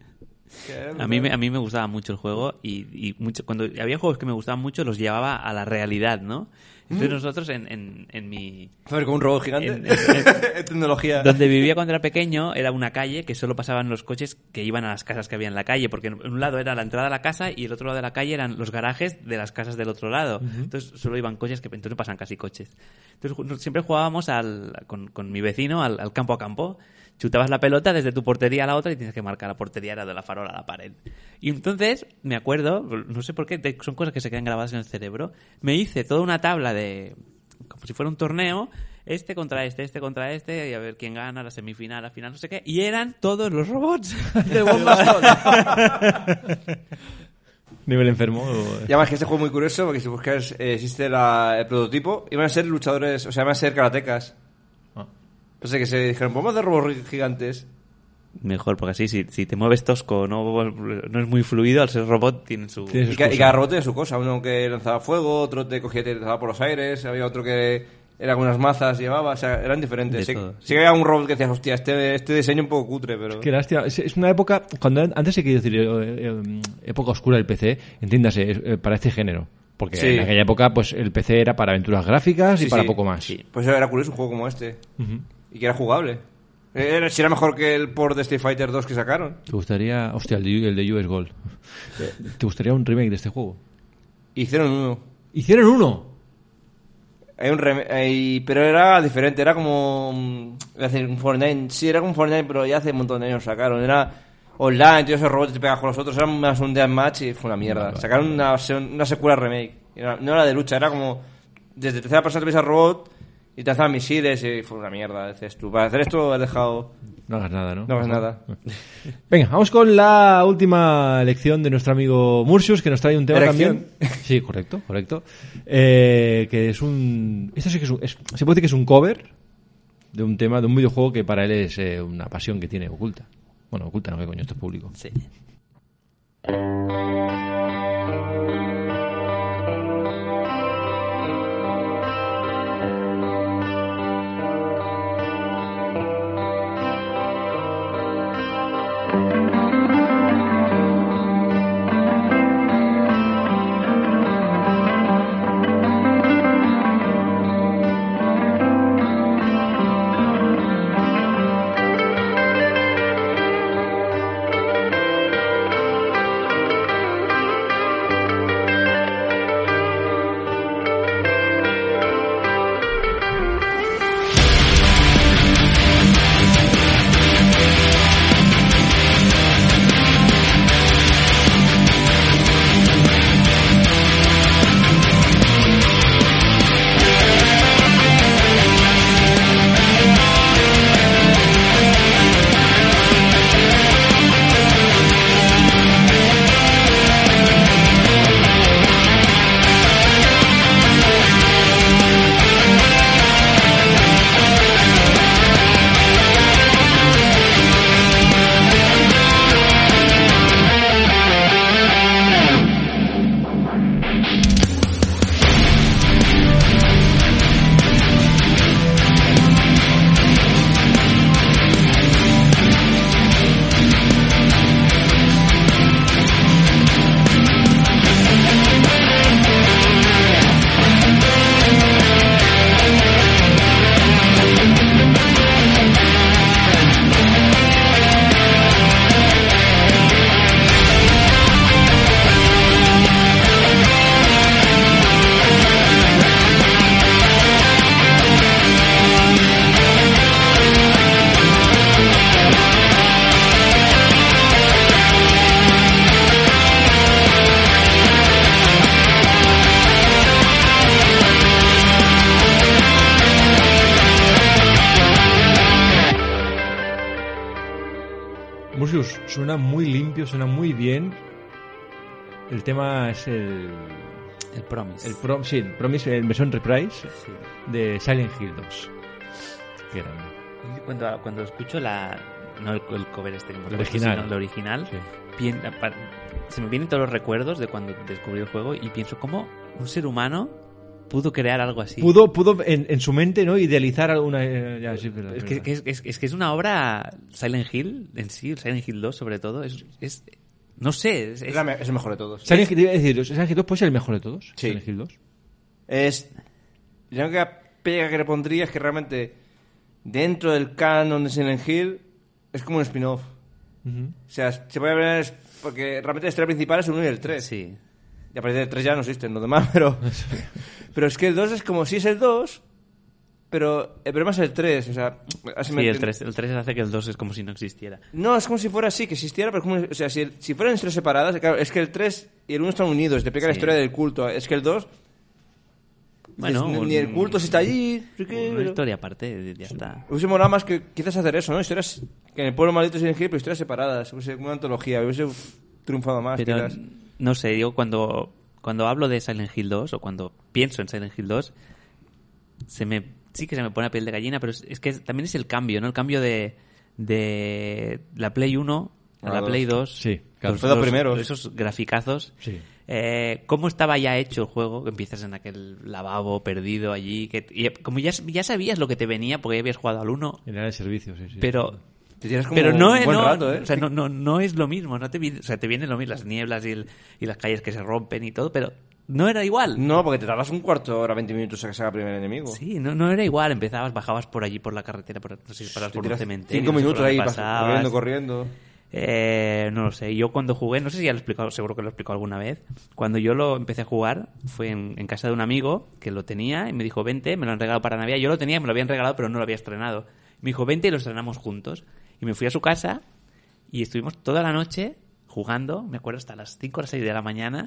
A mí me gustaba mucho el juego y mucho, cuando había juegos que me gustaban mucho los llevaba a la realidad, ¿no? Entonces nosotros en mi... A ver, con un robot gigante. En tecnología. Donde vivía cuando era pequeño era una calle que solo pasaban los coches que iban a las casas que había en la calle, porque en un lado era la entrada a la casa y el otro lado de la calle eran los garajes de las casas del otro lado. Entonces solo iban coches, que entonces no pasan casi coches. Entonces siempre jugábamos con mi vecino al campo a campo. Chutabas la pelota desde tu portería a la otra y tienes que marcar la portería, era de la farola a la pared. Y entonces, me acuerdo, no sé por qué, son cosas que se quedan grabadas en el cerebro, me hice toda una tabla de, como si fuera un torneo, este contra este, y a ver quién gana, la semifinal, la final, no sé qué, y eran todos los robots del Bombastón. Nivel enfermo. Y además que este juego es muy curioso porque si buscas, existe el prototipo, iban a ser luchadores, o sea, iban a ser karatecas. Pues que se dijeron, ¿podemos hacer robots gigantes? Mejor, porque así, si te mueves tosco, no es muy fluido, al ser robot tienen su... Y cada robot tiene su cosa. Uno que lanzaba fuego, otro te cogía y te lanzaba por los aires, había otro que era con unas mazas llevaba, o sea, eran diferentes. Sí que había un robot que decías, hostia, este diseño un poco cutre, pero... Qué lástima. Es una época, cuando antes se quería decir época oscura del PC, entiéndase, para este género. Porque en aquella época pues el PC era para aventuras gráficas y para poco más. Sí. Pues era curioso un juego como este. Y que era jugable. Si era mejor que el port de Street Fighter 2 que sacaron. ¿Te gustaría... Hostia, el de US Gold. ¿Te gustaría un remake de este juego? Hicieron uno. ¿Hicieron uno? Hay un remake, pero era diferente. Era como... un Fortnite. Sí, era como un Fortnite, pero ya hace un montón de años sacaron. Era online, tío, esos robots te pegas con los otros. Era más un deathmatch y fue una mierda. Sacaron una secuela remake. No era de lucha, era como desde tercera persona te ves al robot y te lanzaban misiles y fue una mierda. Dices tú, para hacer esto has dejado... No hagas nada, ¿no? No hagas nada. Venga, vamos con la última lección de nuestro amigo Mursius, que nos trae un tema Erección. también. Sí, correcto. Que es un... Esto sí que se puede decir que es un cover de un tema, de un videojuego que para él es una pasión que tiene oculta. Bueno, oculta, no, que coño, esto es público. Sí. Mursius, suena muy limpio, suena muy bien. El tema es el Promise. sí, el Promise, el Meson Reprise de Silent Hill 2. Qué grande. Cuando escucho no el cover este, como El original. sino el original, Sí. se me vienen todos los recuerdos de cuando descubrí el juego y pienso cómo un ser humano pudo crear algo así. Pudo en su mente, ¿no? Idealizar alguna... ya, sí, verdad, Es que es una obra, Silent Hill en sí, Silent Hill 2 sobre todo, es no sé, Es el mejor de todos. Silent Hill, iba a decir, Silent Hill 2 puede ser el mejor de todos. Sí. Silent Hill 2. La única pega que le pondría es que realmente dentro del canon de Silent Hill es como un spin-off. O sea, se puede ver porque realmente la historia principal es el 1 y el 3. Sí. Y a partir del 3 ya no existen los demás, pero es que el 2 es como si es el 2, pero el problema es el 3. O sea, así Sí, el 3 hace que el 2 es como si no existiera. No, es como si fuera así, que existiera, pero como, o sea, si fueran historias separadas, claro, es que el 3 y el 1 están unidos, te explica la Sí. historia del culto. Es que el 2, Bueno, ni el culto si está allí. Una historia aparte, ya está. Hubiese molado más que quizás hacer eso, ¿no? Historias que en el pueblo maldito Silent Hill, pero historias separadas. Hubiese como una antología, hubiese triunfado más, Pero quizás. no sé, digo, cuando hablo de Silent Hill 2 o cuando pienso en Silent Hill 2, sí que se me pone la piel de gallina, pero es que también es el cambio, ¿no? El cambio de la Play 1 a la Play 2. Sí, claro. Fue lo primero. Esos graficazos. Sí. Cómo estaba ya hecho el juego, que empiezas en aquel lavabo perdido allí, y como ya sabías lo que te venía porque ya habías jugado al 1, En el servicio, sí. pero Te tienes como pero no, un buen no, rato, ¿eh? o sea, no es lo mismo, no te viene, o sea, te vienen lo mismo, las nieblas y las calles que se rompen y todo, pero no era igual. No, porque te tardas un cuarto de hora, 20 minutos a que salga el primer enemigo. Sí, no era igual, bajabas por allí por la carretera, no sé si pasabas por un cementerio. 5 no sé minutos por ahí dónde pasabas. corriendo. No lo sé, yo cuando jugué, no sé si ya lo he explicado, seguro que lo he explicado alguna vez. Cuando yo lo empecé a jugar fue en casa de un amigo que lo tenía y me dijo, vente, me lo han regalado para Navidad. Yo lo tenía, me lo habían regalado, pero no lo había estrenado. Me dijo, vente y lo estrenamos juntos. Y me fui a su casa y estuvimos toda la noche jugando, me acuerdo, hasta las 5 o las 6 de la mañana.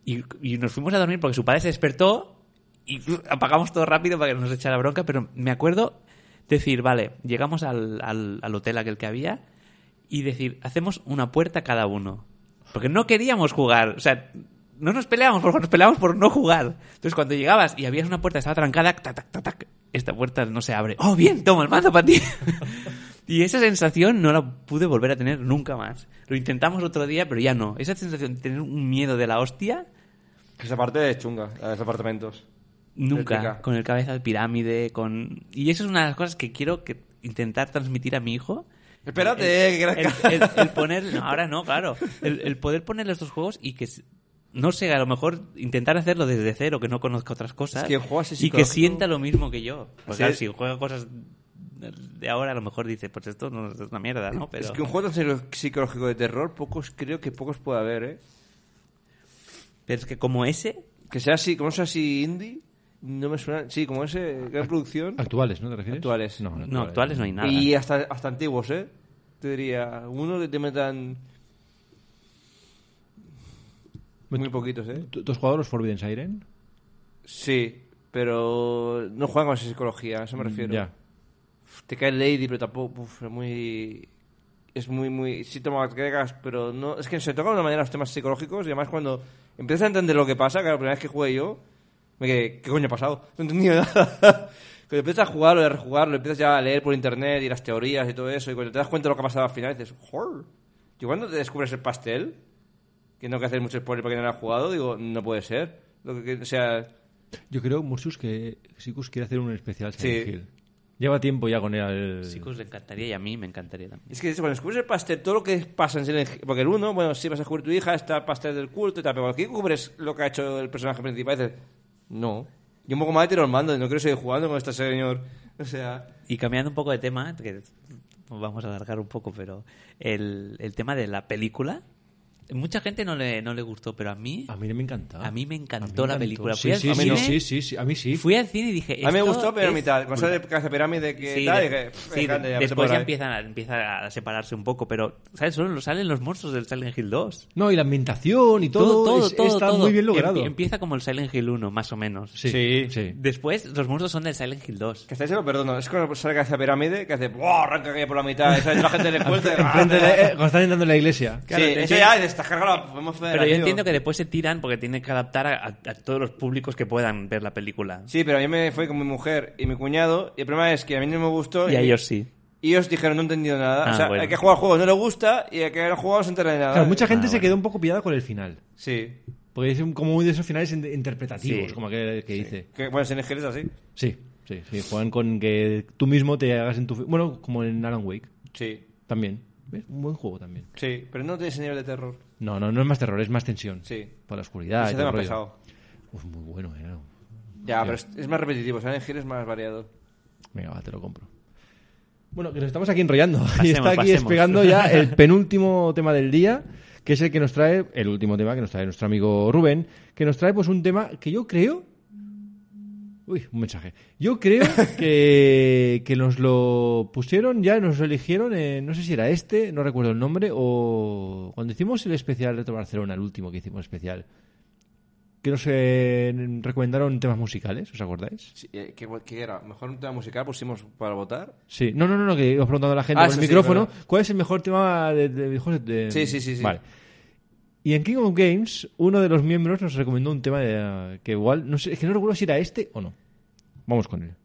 Y nos fuimos a dormir porque su padre se despertó y apagamos todo rápido para que no nos echara bronca, pero me acuerdo decir, vale, llegamos al hotel aquel que había y decir, hacemos una puerta cada uno. Porque no queríamos jugar, o sea, no nos peleábamos por no jugar. Entonces cuando llegabas y habías una puerta que estaba trancada, tac, tac, tac, tac, esta puerta no se abre. ¡Oh, bien! Toma el mando para ti. Y esa sensación no la pude volver a tener nunca más. Lo intentamos otro día, pero ya no. Esa sensación de tener un miedo de la hostia... Esa parte es chunga, la de los apartamentos. Nunca. Eléctrica. Con el cabeza de pirámide, Y eso es una de las cosas que quiero intentar transmitir a mi hijo. Espérate, que El poner... No, ahora no, claro. El poder ponerle estos juegos y que... No sé, a lo mejor intentar hacerlo desde cero, que no conozca otras cosas. Es que juego así y que psicológico. sienta lo mismo que yo. Porque Sí. claro, si juega cosas de ahora, a lo mejor dice, pues esto no es una mierda, ¿no? Pero... Es que un juego tan psicológico de terror, creo que pocos puede haber, ¿eh? Pero es que como ese... Que sea así, como sea así indie, no me suena... Sí, como ese, gran producción. Actuales, ¿no te refieres? Actuales. No, actuales no hay nada. Y hasta antiguos, ¿eh? Te diría, uno que te metan... Muy poquitos, ¿eh? ¿Tú has jugado los Forbidden Siren? Sí, pero no juegan con esa psicología, a eso me refiero. Ya. Te cae Lady, pero tampoco... es muy... Es muy... Sí, toma cagas, pero no... Es que se tocan de una manera los temas psicológicos y además cuando empiezas a entender lo que pasa, que la primera vez que jugué yo, me quedé, ¿qué coño ha pasado? No he entendido nada. Cuando empiezas a jugarlo y a rejugarlo, empiezas ya a leer por internet y las teorías y todo eso, y cuando te das cuenta de lo que ha pasado al final, dices, ¡joder! Y cuando te descubres el pastel, que no hay que hacer mucho spoiler porque no lo has jugado, digo, no puede ser. O sea... Yo creo, Mursus, que Sikus quiere hacer un especial Silent Sí. Hill. Lleva tiempo ya con él. Chicos, le encantaría y a mí me encantaría también. Es que cuando descubres el pastel, todo lo que pasa en Silent Hill... Porque el uno, bueno, sí vas a descubrir tu hija, está el pastel del culto y tal, pero cuando aquí descubres lo que ha hecho el personaje principal, dices, no. Yo un poco más de tiro al mando, no quiero seguir jugando con este señor. O sea... Y cambiando un poco de tema, que vamos a alargar un poco, pero el tema de la película, mucha gente no le gustó, pero a mí me encantó. A mí me encantó la película. Sí, Fui al sí, cine, sí, a mí sí. Fui al cine y dije... A mí me esto gustó, pero a es mitad. Cuando sale brutal. Casa Pirámide, que Sí, tal, dije, sí, ya me después sé ya por ahí. empieza a separarse un poco, pero ¿sabes? Solo salen los monstruos del Silent Hill 2. No, y la ambientación y todo, está muy bien logrado. Empieza como el Silent Hill 1, más o menos. Sí. Después, los monstruos son del Silent Hill 2. Que estáis se lo perdono. Es cuando sale Casa Pirámide, que hace, ¡wow! Arranca que por la mitad. Esa es la gente le cuenta. Enfrente cuando están entrando en la iglesia. Sí, eso ya está cargado. Podemos hacer Pero yo tío. entiendo que después se tiran porque tienen que adaptar a todos los públicos que puedan ver la película. Sí, pero a mí me fue con mi mujer y mi cuñado. Y el problema es que a mí no me gustó. Y a ellos sí. Y ellos dijeron, no he entendido nada. Ah, o sea, bueno. el que juega el juego no le gusta y el que no ha jugado no se entera de nada. Claro, mucha gente se bueno. quedó un poco pillada con el final. Sí. Porque es como uno de esos finales interpretativos, Sí. como que dice. Que, bueno, Silent Hill es así. Sí. Juegan con que tú mismo te hagas en tu... Bueno, como en Alan Wake. Sí. También. ¿Ves? Un buen juego también. Sí, pero no tiene ese nivel de terror. No es más terror, es más tensión. Sí. Por la oscuridad. Se y hace todo más el rollo. pesado. Uf, muy bueno, Ya, pero es más repetitivo. Silent Hill es más variado. Venga, va, te lo compro. Bueno, que nos estamos aquí enrollando. Y Pasemos, está aquí pasemos. despegando ya el penúltimo tema del día, que es el que nos trae, el último tema que nos trae nuestro amigo Rubén, que nos trae pues un tema que yo creo... Uy, un mensaje. Yo creo que nos lo pusieron ya, nos lo eligieron, no sé si era este, no recuerdo el nombre, o cuando hicimos el especial Retro Barcelona, el último que hicimos especial, que nos recomendaron temas musicales, ¿os acordáis? Sí, ¿qué era? ¿Mejor un tema musical pusimos para votar? Sí, no, que iba preguntando a la gente Ah, por el eso sí, micrófono, verdad. ¿cuál es el mejor tema de videojuegos? Sí. Vale. Y en King of Games, uno de los miembros nos recomendó un tema que igual, no sé, es que no recuerdo si era este o no. Vamos con él.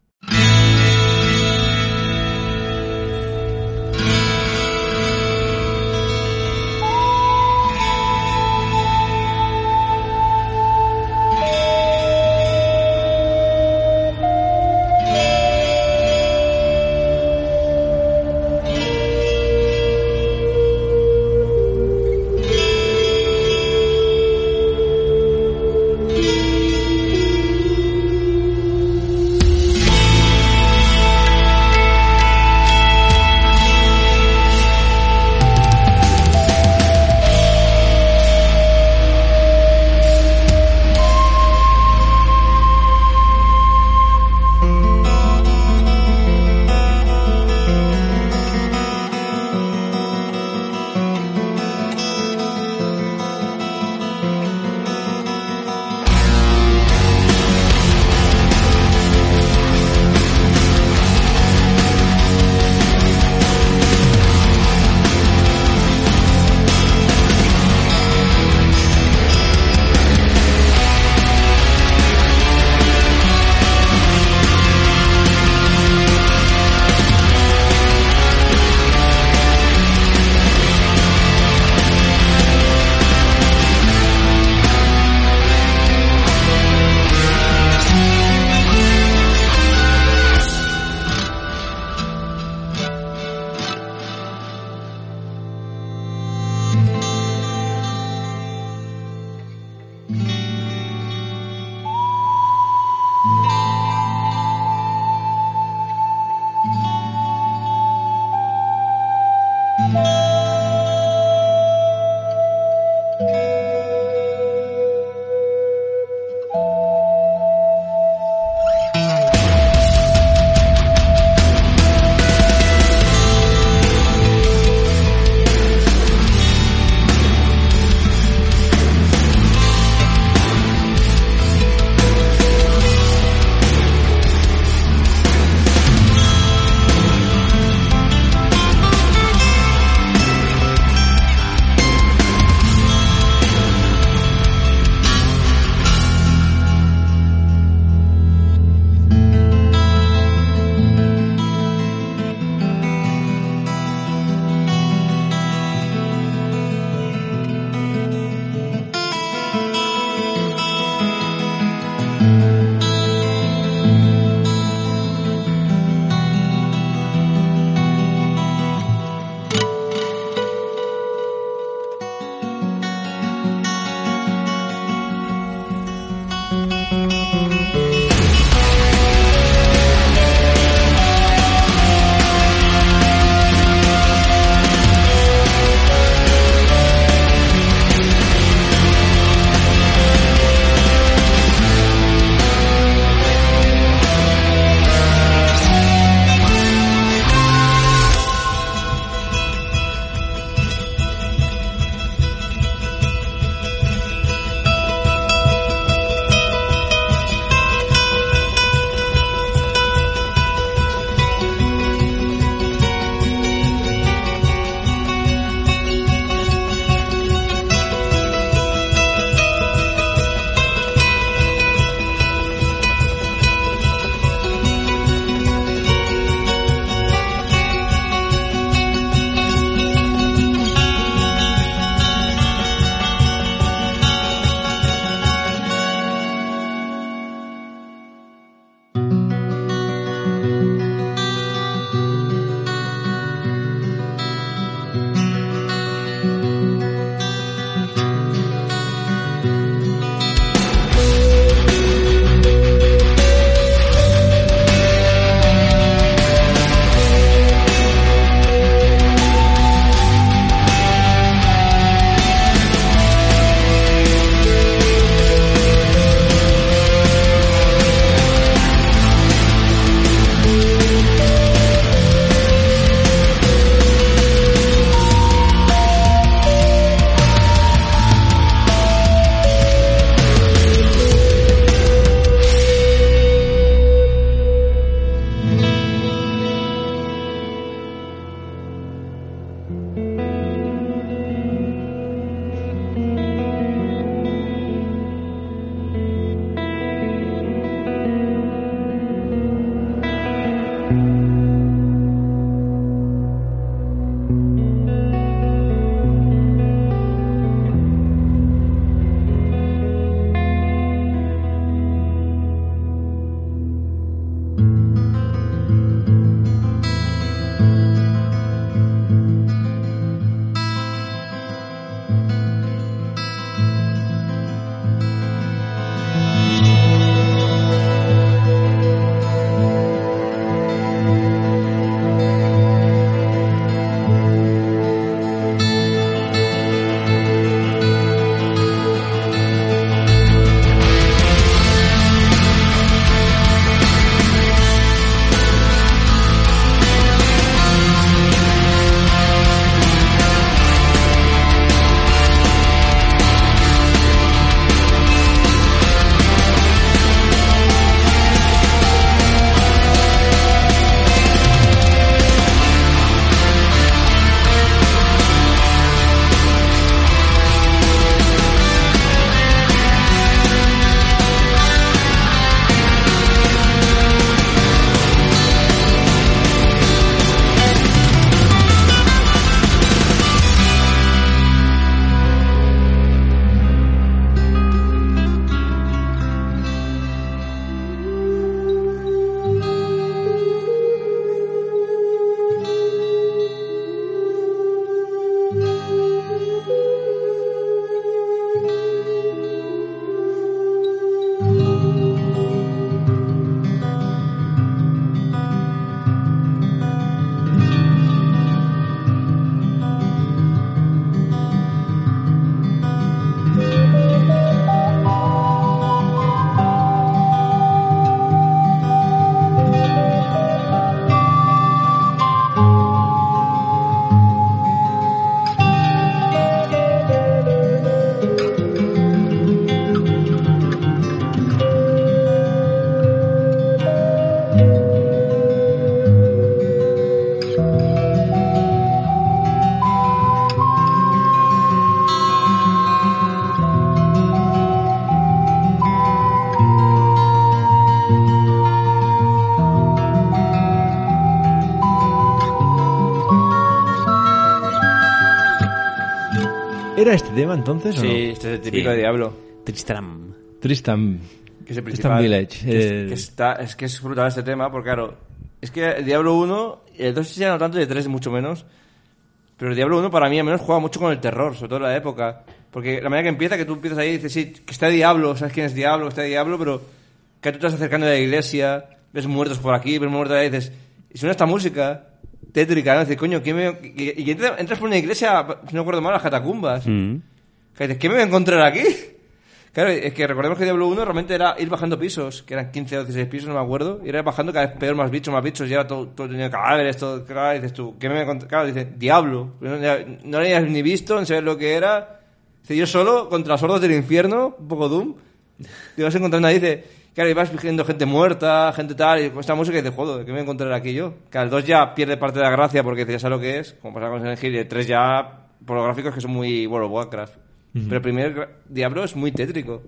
¿Era este tema entonces o no? Sí, este es el típico de Diablo. Tristram. Tristan. Que es el Tristan principal. Village. Es que es brutal este tema, porque claro, es que el Diablo 1, el 2 ya no tanto y el 3 mucho menos. Pero el Diablo 1 para mí al menos juega mucho con el terror, sobre todo en la época. Porque la manera que empieza, que tú empiezas ahí y dices, sí, que está Diablo, sabes quién es Diablo, que está Diablo, pero que tú te estás acercando a la iglesia, ves muertos por aquí, ves muertos ahí y dices, y suena esta música tétrica, ¿no? Dices, coño, ¿qué me...? Y entras por una iglesia, si no recuerdo mal, las catacumbas. Que dices, ¿qué me voy a encontrar aquí? Claro, es que recordemos que Diablo 1 realmente era ir bajando pisos, que eran 15 o 16 pisos, no me acuerdo, y era bajando cada vez peor, más bichos, ya todo tenía cadáveres, todo, claro, y dices tú, ¿qué me voy a encontrar? Claro, dice, Diablo, no lo habías ni visto, no sabías lo que era. Dice, yo solo, contra los sordos del infierno, un poco Doom, te vas encontrando ahí, dice, claro, y vas viendo gente muerta, gente tal, y con esta música, y dices, joder, ¿qué me voy a encontrar aquí yo? Que al 2 ya pierde parte de la gracia, porque ya sabes lo que es, como pasa con Silent Hill, y el 3 ya, por los gráficos que son muy World of Warcraft. Pero el primer Diablo es muy tétrico.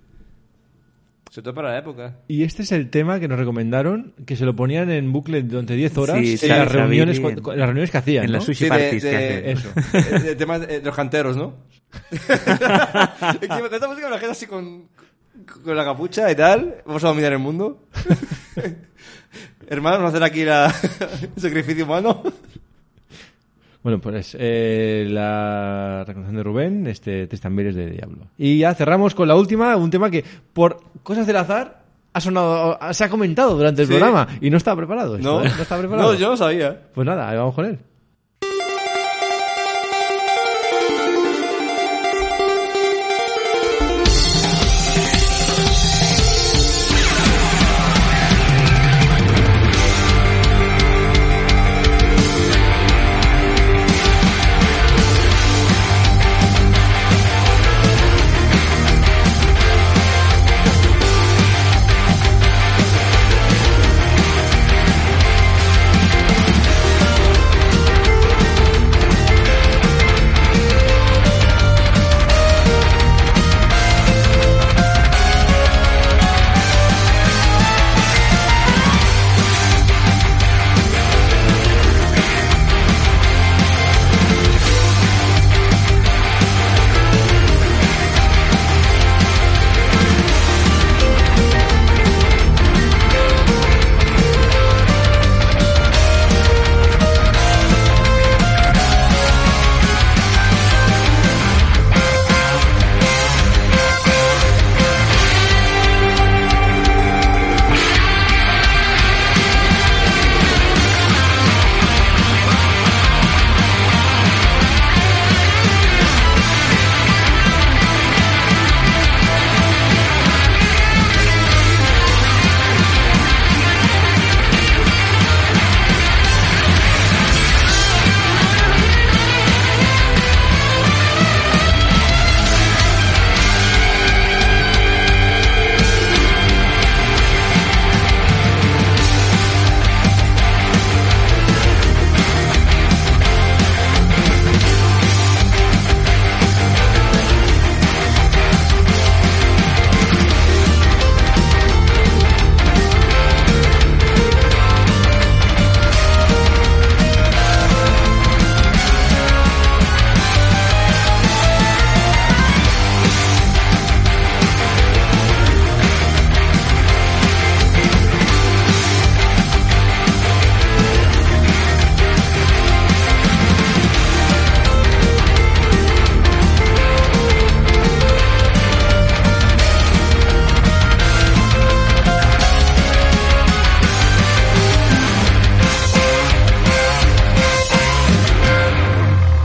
Sobre todo para la época. Y este es el tema que nos recomendaron, que se lo ponían en bucle durante 10 horas Sí, en las sí, reuniones, bien. en las reuniones que hacían, En ¿no? las sushi parties que hacen. Eso. De temas de los canteros, ¿no? Con esta música me la gente así con la capucha y tal. Vamos a dominar el mundo. Hermanos, vamos a hacer aquí el sacrificio humano. Bueno, pues la recomendación de Rubén, Tristan Village de Diablo. Y ya cerramos con la última, un tema que por cosas del azar ha sonado, se ha comentado durante el Sí. programa y no estaba preparado. Esto, No, ¿eh? No estaba preparado. No, yo no sabía. Pues nada, ahí vamos con él.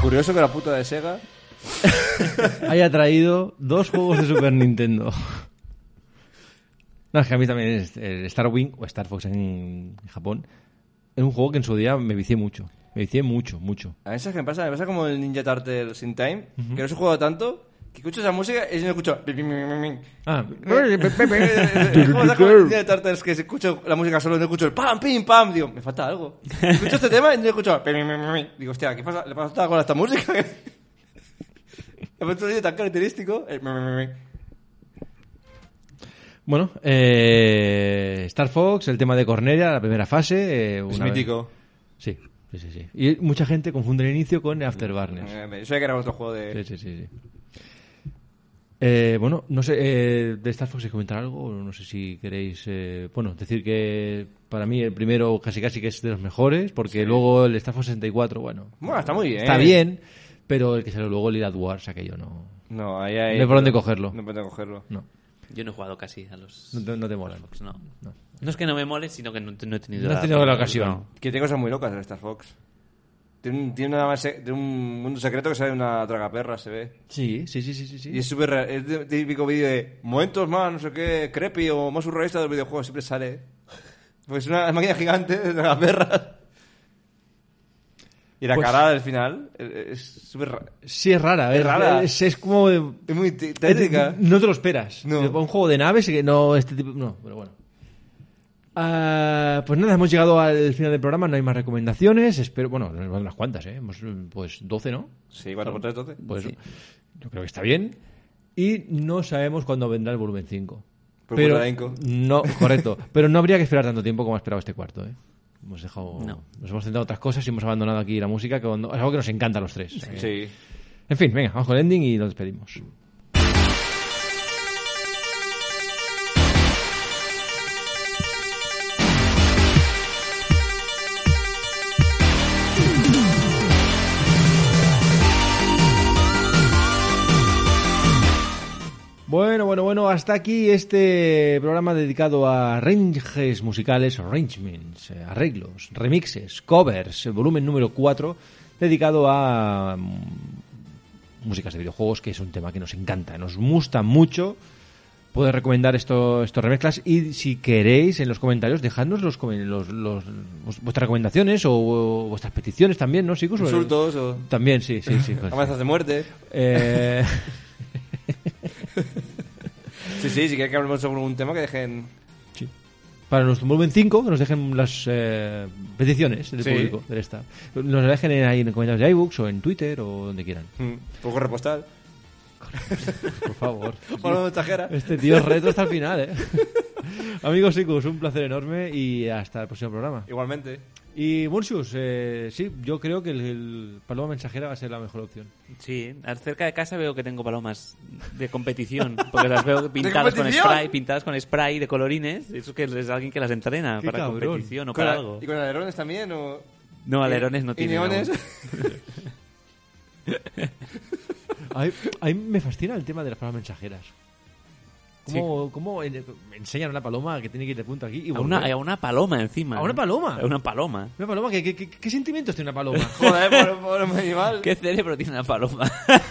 Curioso que la puta de Sega... haya traído 2 juegos de Super Nintendo. No, es que a mí también el Star Wing o Star Fox en Japón es un juego que en su día me vicié mucho. Me vicié mucho. A mí, ¿sabes qué me pasa? Me pasa como el Ninja Turtles in Time, que no se juega tanto, que escucho esa música y no escucho... Ah, Es como el Ninja Turtles que se escucho la música solo y no escucho el pam, pim, pam. Digo, me falta algo. Escucho este tema y no escucho... Digo, hostia, ¿qué pasa? ¿Le pasa algo a esta música? Me ha puesto un sonido tan característico. bueno, Star Fox, el tema de Cornelia, la primera fase. Es mítico. Sí. Y mucha gente confunde el inicio con Afterburners. Yo sabía que era otro juego de... Sí. Bueno, no sé, de Star Fox, ¿se comentar algo? No sé si queréis... decir que para mí el primero casi que es de los mejores, porque luego el Star Fox 64, bueno, está muy bien. Está bien, pero el que salió luego, el Elite Wars, aquello no... No, ahí... No hay por dónde cogerlo. No hay por dónde cogerlo. No. Yo no he jugado casi a los... No te molan. Fox, no. No es que no me mole, sino que no he tenido... No has tenido la ocasión. No. Que tiene cosas muy locas el Star Fox. Tiene un mundo secreto que sale de una tragaperra, se ve. Sí. Y es súper... Es el típico vídeo de momentos más, no sé qué, creepy o más surrealista del videojuego. Siempre sale. Pues es una máquina gigante de tragaperras. Y la cara del final es súper rara. Sí, es rara. Es rara. Es como... Es muy tétrica. No te lo esperas. No. Un juego de naves y que no... Este tipo... No, pero bueno. Pues nada, hemos llegado al final del programa. No hay más recomendaciones. Espero... Bueno, unas cuantas, ¿eh? Pues 12, ¿no? Sí, 4x3, 12. Pues Sí. yo creo que está bien. Y no sabemos cuándo vendrá el volumen 5. Por Pero culpa de Inco. no, correcto. Pero no habría que esperar tanto tiempo como ha esperado este cuarto, ¿eh? Nos No. hemos centrado en otras cosas y hemos abandonado aquí la música, que es algo que nos encanta a los tres. Sí. En fin, venga, vamos con el ending y nos despedimos. Bueno, hasta aquí este programa dedicado a arranges musicales, arrangements, arreglos, remixes, covers, el volumen número 4, dedicado a músicas de videojuegos, que es un tema que nos encanta, nos gusta mucho. Puedes recomendar estos remezclas y si queréis en los comentarios dejadnos vuestras recomendaciones o vuestras peticiones también, ¿no, chicos? Insultos o... También, sí. Amenazas de muerte. Sí, si quieren que hablemos sobre un tema que dejen... Sí. Para nuestro volumen 5, que nos dejen las peticiones del público del staff. Nos las dejen ahí en comentarios de iBooks o en Twitter o donde quieran. Por correo postal. Por favor. Por la mensajera. Este tío es retro hasta el final, ¿eh? Amigos chicos, un placer enorme y hasta el próximo programa. Igualmente. Y Mursius, sí, yo creo que el paloma mensajera va a ser la mejor opción. Sí, cerca de casa veo que tengo palomas de competición, porque las veo pintadas con spray de colorines. Eso que es alguien que las entrena Qué para cabrón. competición o para algo. ¿Y con alerones también? No, alerones no ¿Y tiene. neones? A mí me fascina el tema de las palomas mensajeras. ¿Cómo enseñan a una paloma que tiene que ir de punto aquí y volver? A una paloma encima. ¿A una paloma? A una paloma. Una paloma, ¿qué sentimientos tiene una paloma? Joder, por un animal. ¿Qué cerebro tiene una paloma?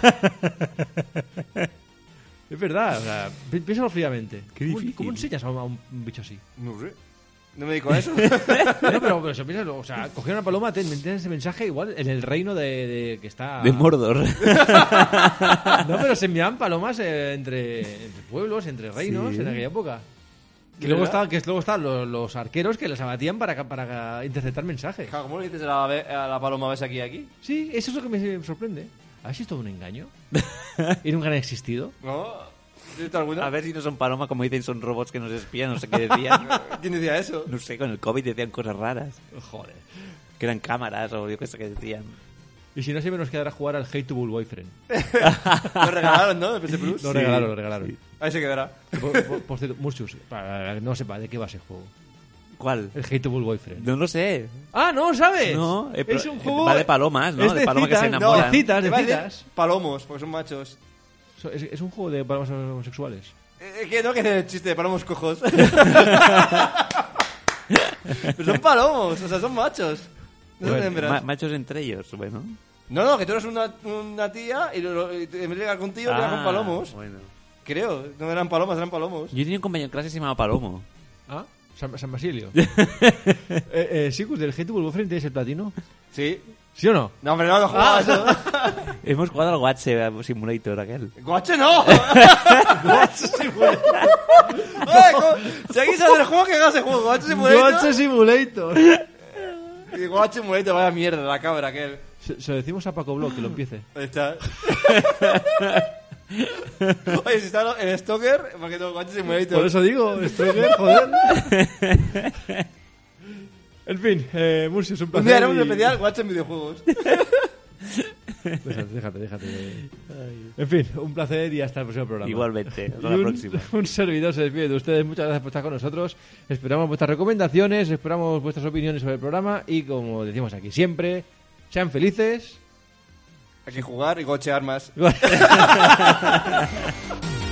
Es verdad, o sea, piénsalo fríamente. Qué difícil. ¿Cómo enseñas a un bicho así? No sé. No me dedico a eso. No, pero piénsalo, o sea, coger una paloma, tener ese mensaje igual en el reino de que está... De Mordor. No, pero se enviaban palomas entre pueblos, entre reinos, en aquella época. Que luego estaban los arqueros que las abatían para interceptar mensajes. Claro, ¿cómo le dices a la paloma ves aquí? Sí, eso es lo que me sorprende. A ver si es todo un engaño. ¿Y nunca han existido? No. ¿Viste alguna? A ver si no son palomas, como dicen, son robots que nos espían, no sé qué decían. ¿Quién decía eso? No sé, con el COVID decían cosas raras. Joder. Que eran cámaras o yo qué sé qué decían. Y si no, siempre nos quedará jugar al Hate to Bull Boyfriend. Lo regalaron, ¿no? De PS Plus. Lo regalaron. Ahí se quedará. Por cierto, Mursius, para que no sepa de qué va ese juego. ¿Cuál? El Hate to Bull Boyfriend. No lo sé. ¡Ah, no sabes! No, es un juego... va de palomas, ¿no? Es De palomas que se citas, enamoran. De citas, de Iba a decir citas. palomos, porque son machos. Es un juego de palomas homosexuales. Que no, que es el chiste de palomos cojos. Pero son palomos, o sea, son machos. No son hembras. Machos entre ellos, bueno. No, que tú eres una tía y en vez de llegar con tío, llegas con palomos. Bueno. Creo, no eran palomas, eran palomos. Yo tenía un compañero en clase que se llamaba Palomo. ¿Ah? San Basilio. Sigus, ¿del GT Wolverine tienes el platino? Sí. ¿Sí o no? No, hombre, no jugaba eso. Hemos jugado al Watch Simulator aquel. ¡Guache no! ¡Guache Simulator! Si aquí sale el juego, que haga ese juego. ¡Guache Simulator! Watch Simulator. Y Guache Simulator, vaya mierda, la cabra aquel. Se lo decimos a Paco Block que lo empiece. Ahí está. Oye, si está en Stalker, ¿para qué tengo Guache Simulator? Por eso digo, Stroger, joder. En fin, Mursi, es un placer. Un día haremos un especial Guache en videojuegos. Déjate. En fin, un placer y hasta el próximo programa. Igualmente, hasta Y la próxima. Un servidor se despide de ustedes. Muchas gracias por estar con nosotros. Esperamos vuestras recomendaciones, esperamos vuestras opiniones sobre el programa y, como decimos aquí siempre, sean felices. Hay que jugar y gochear más.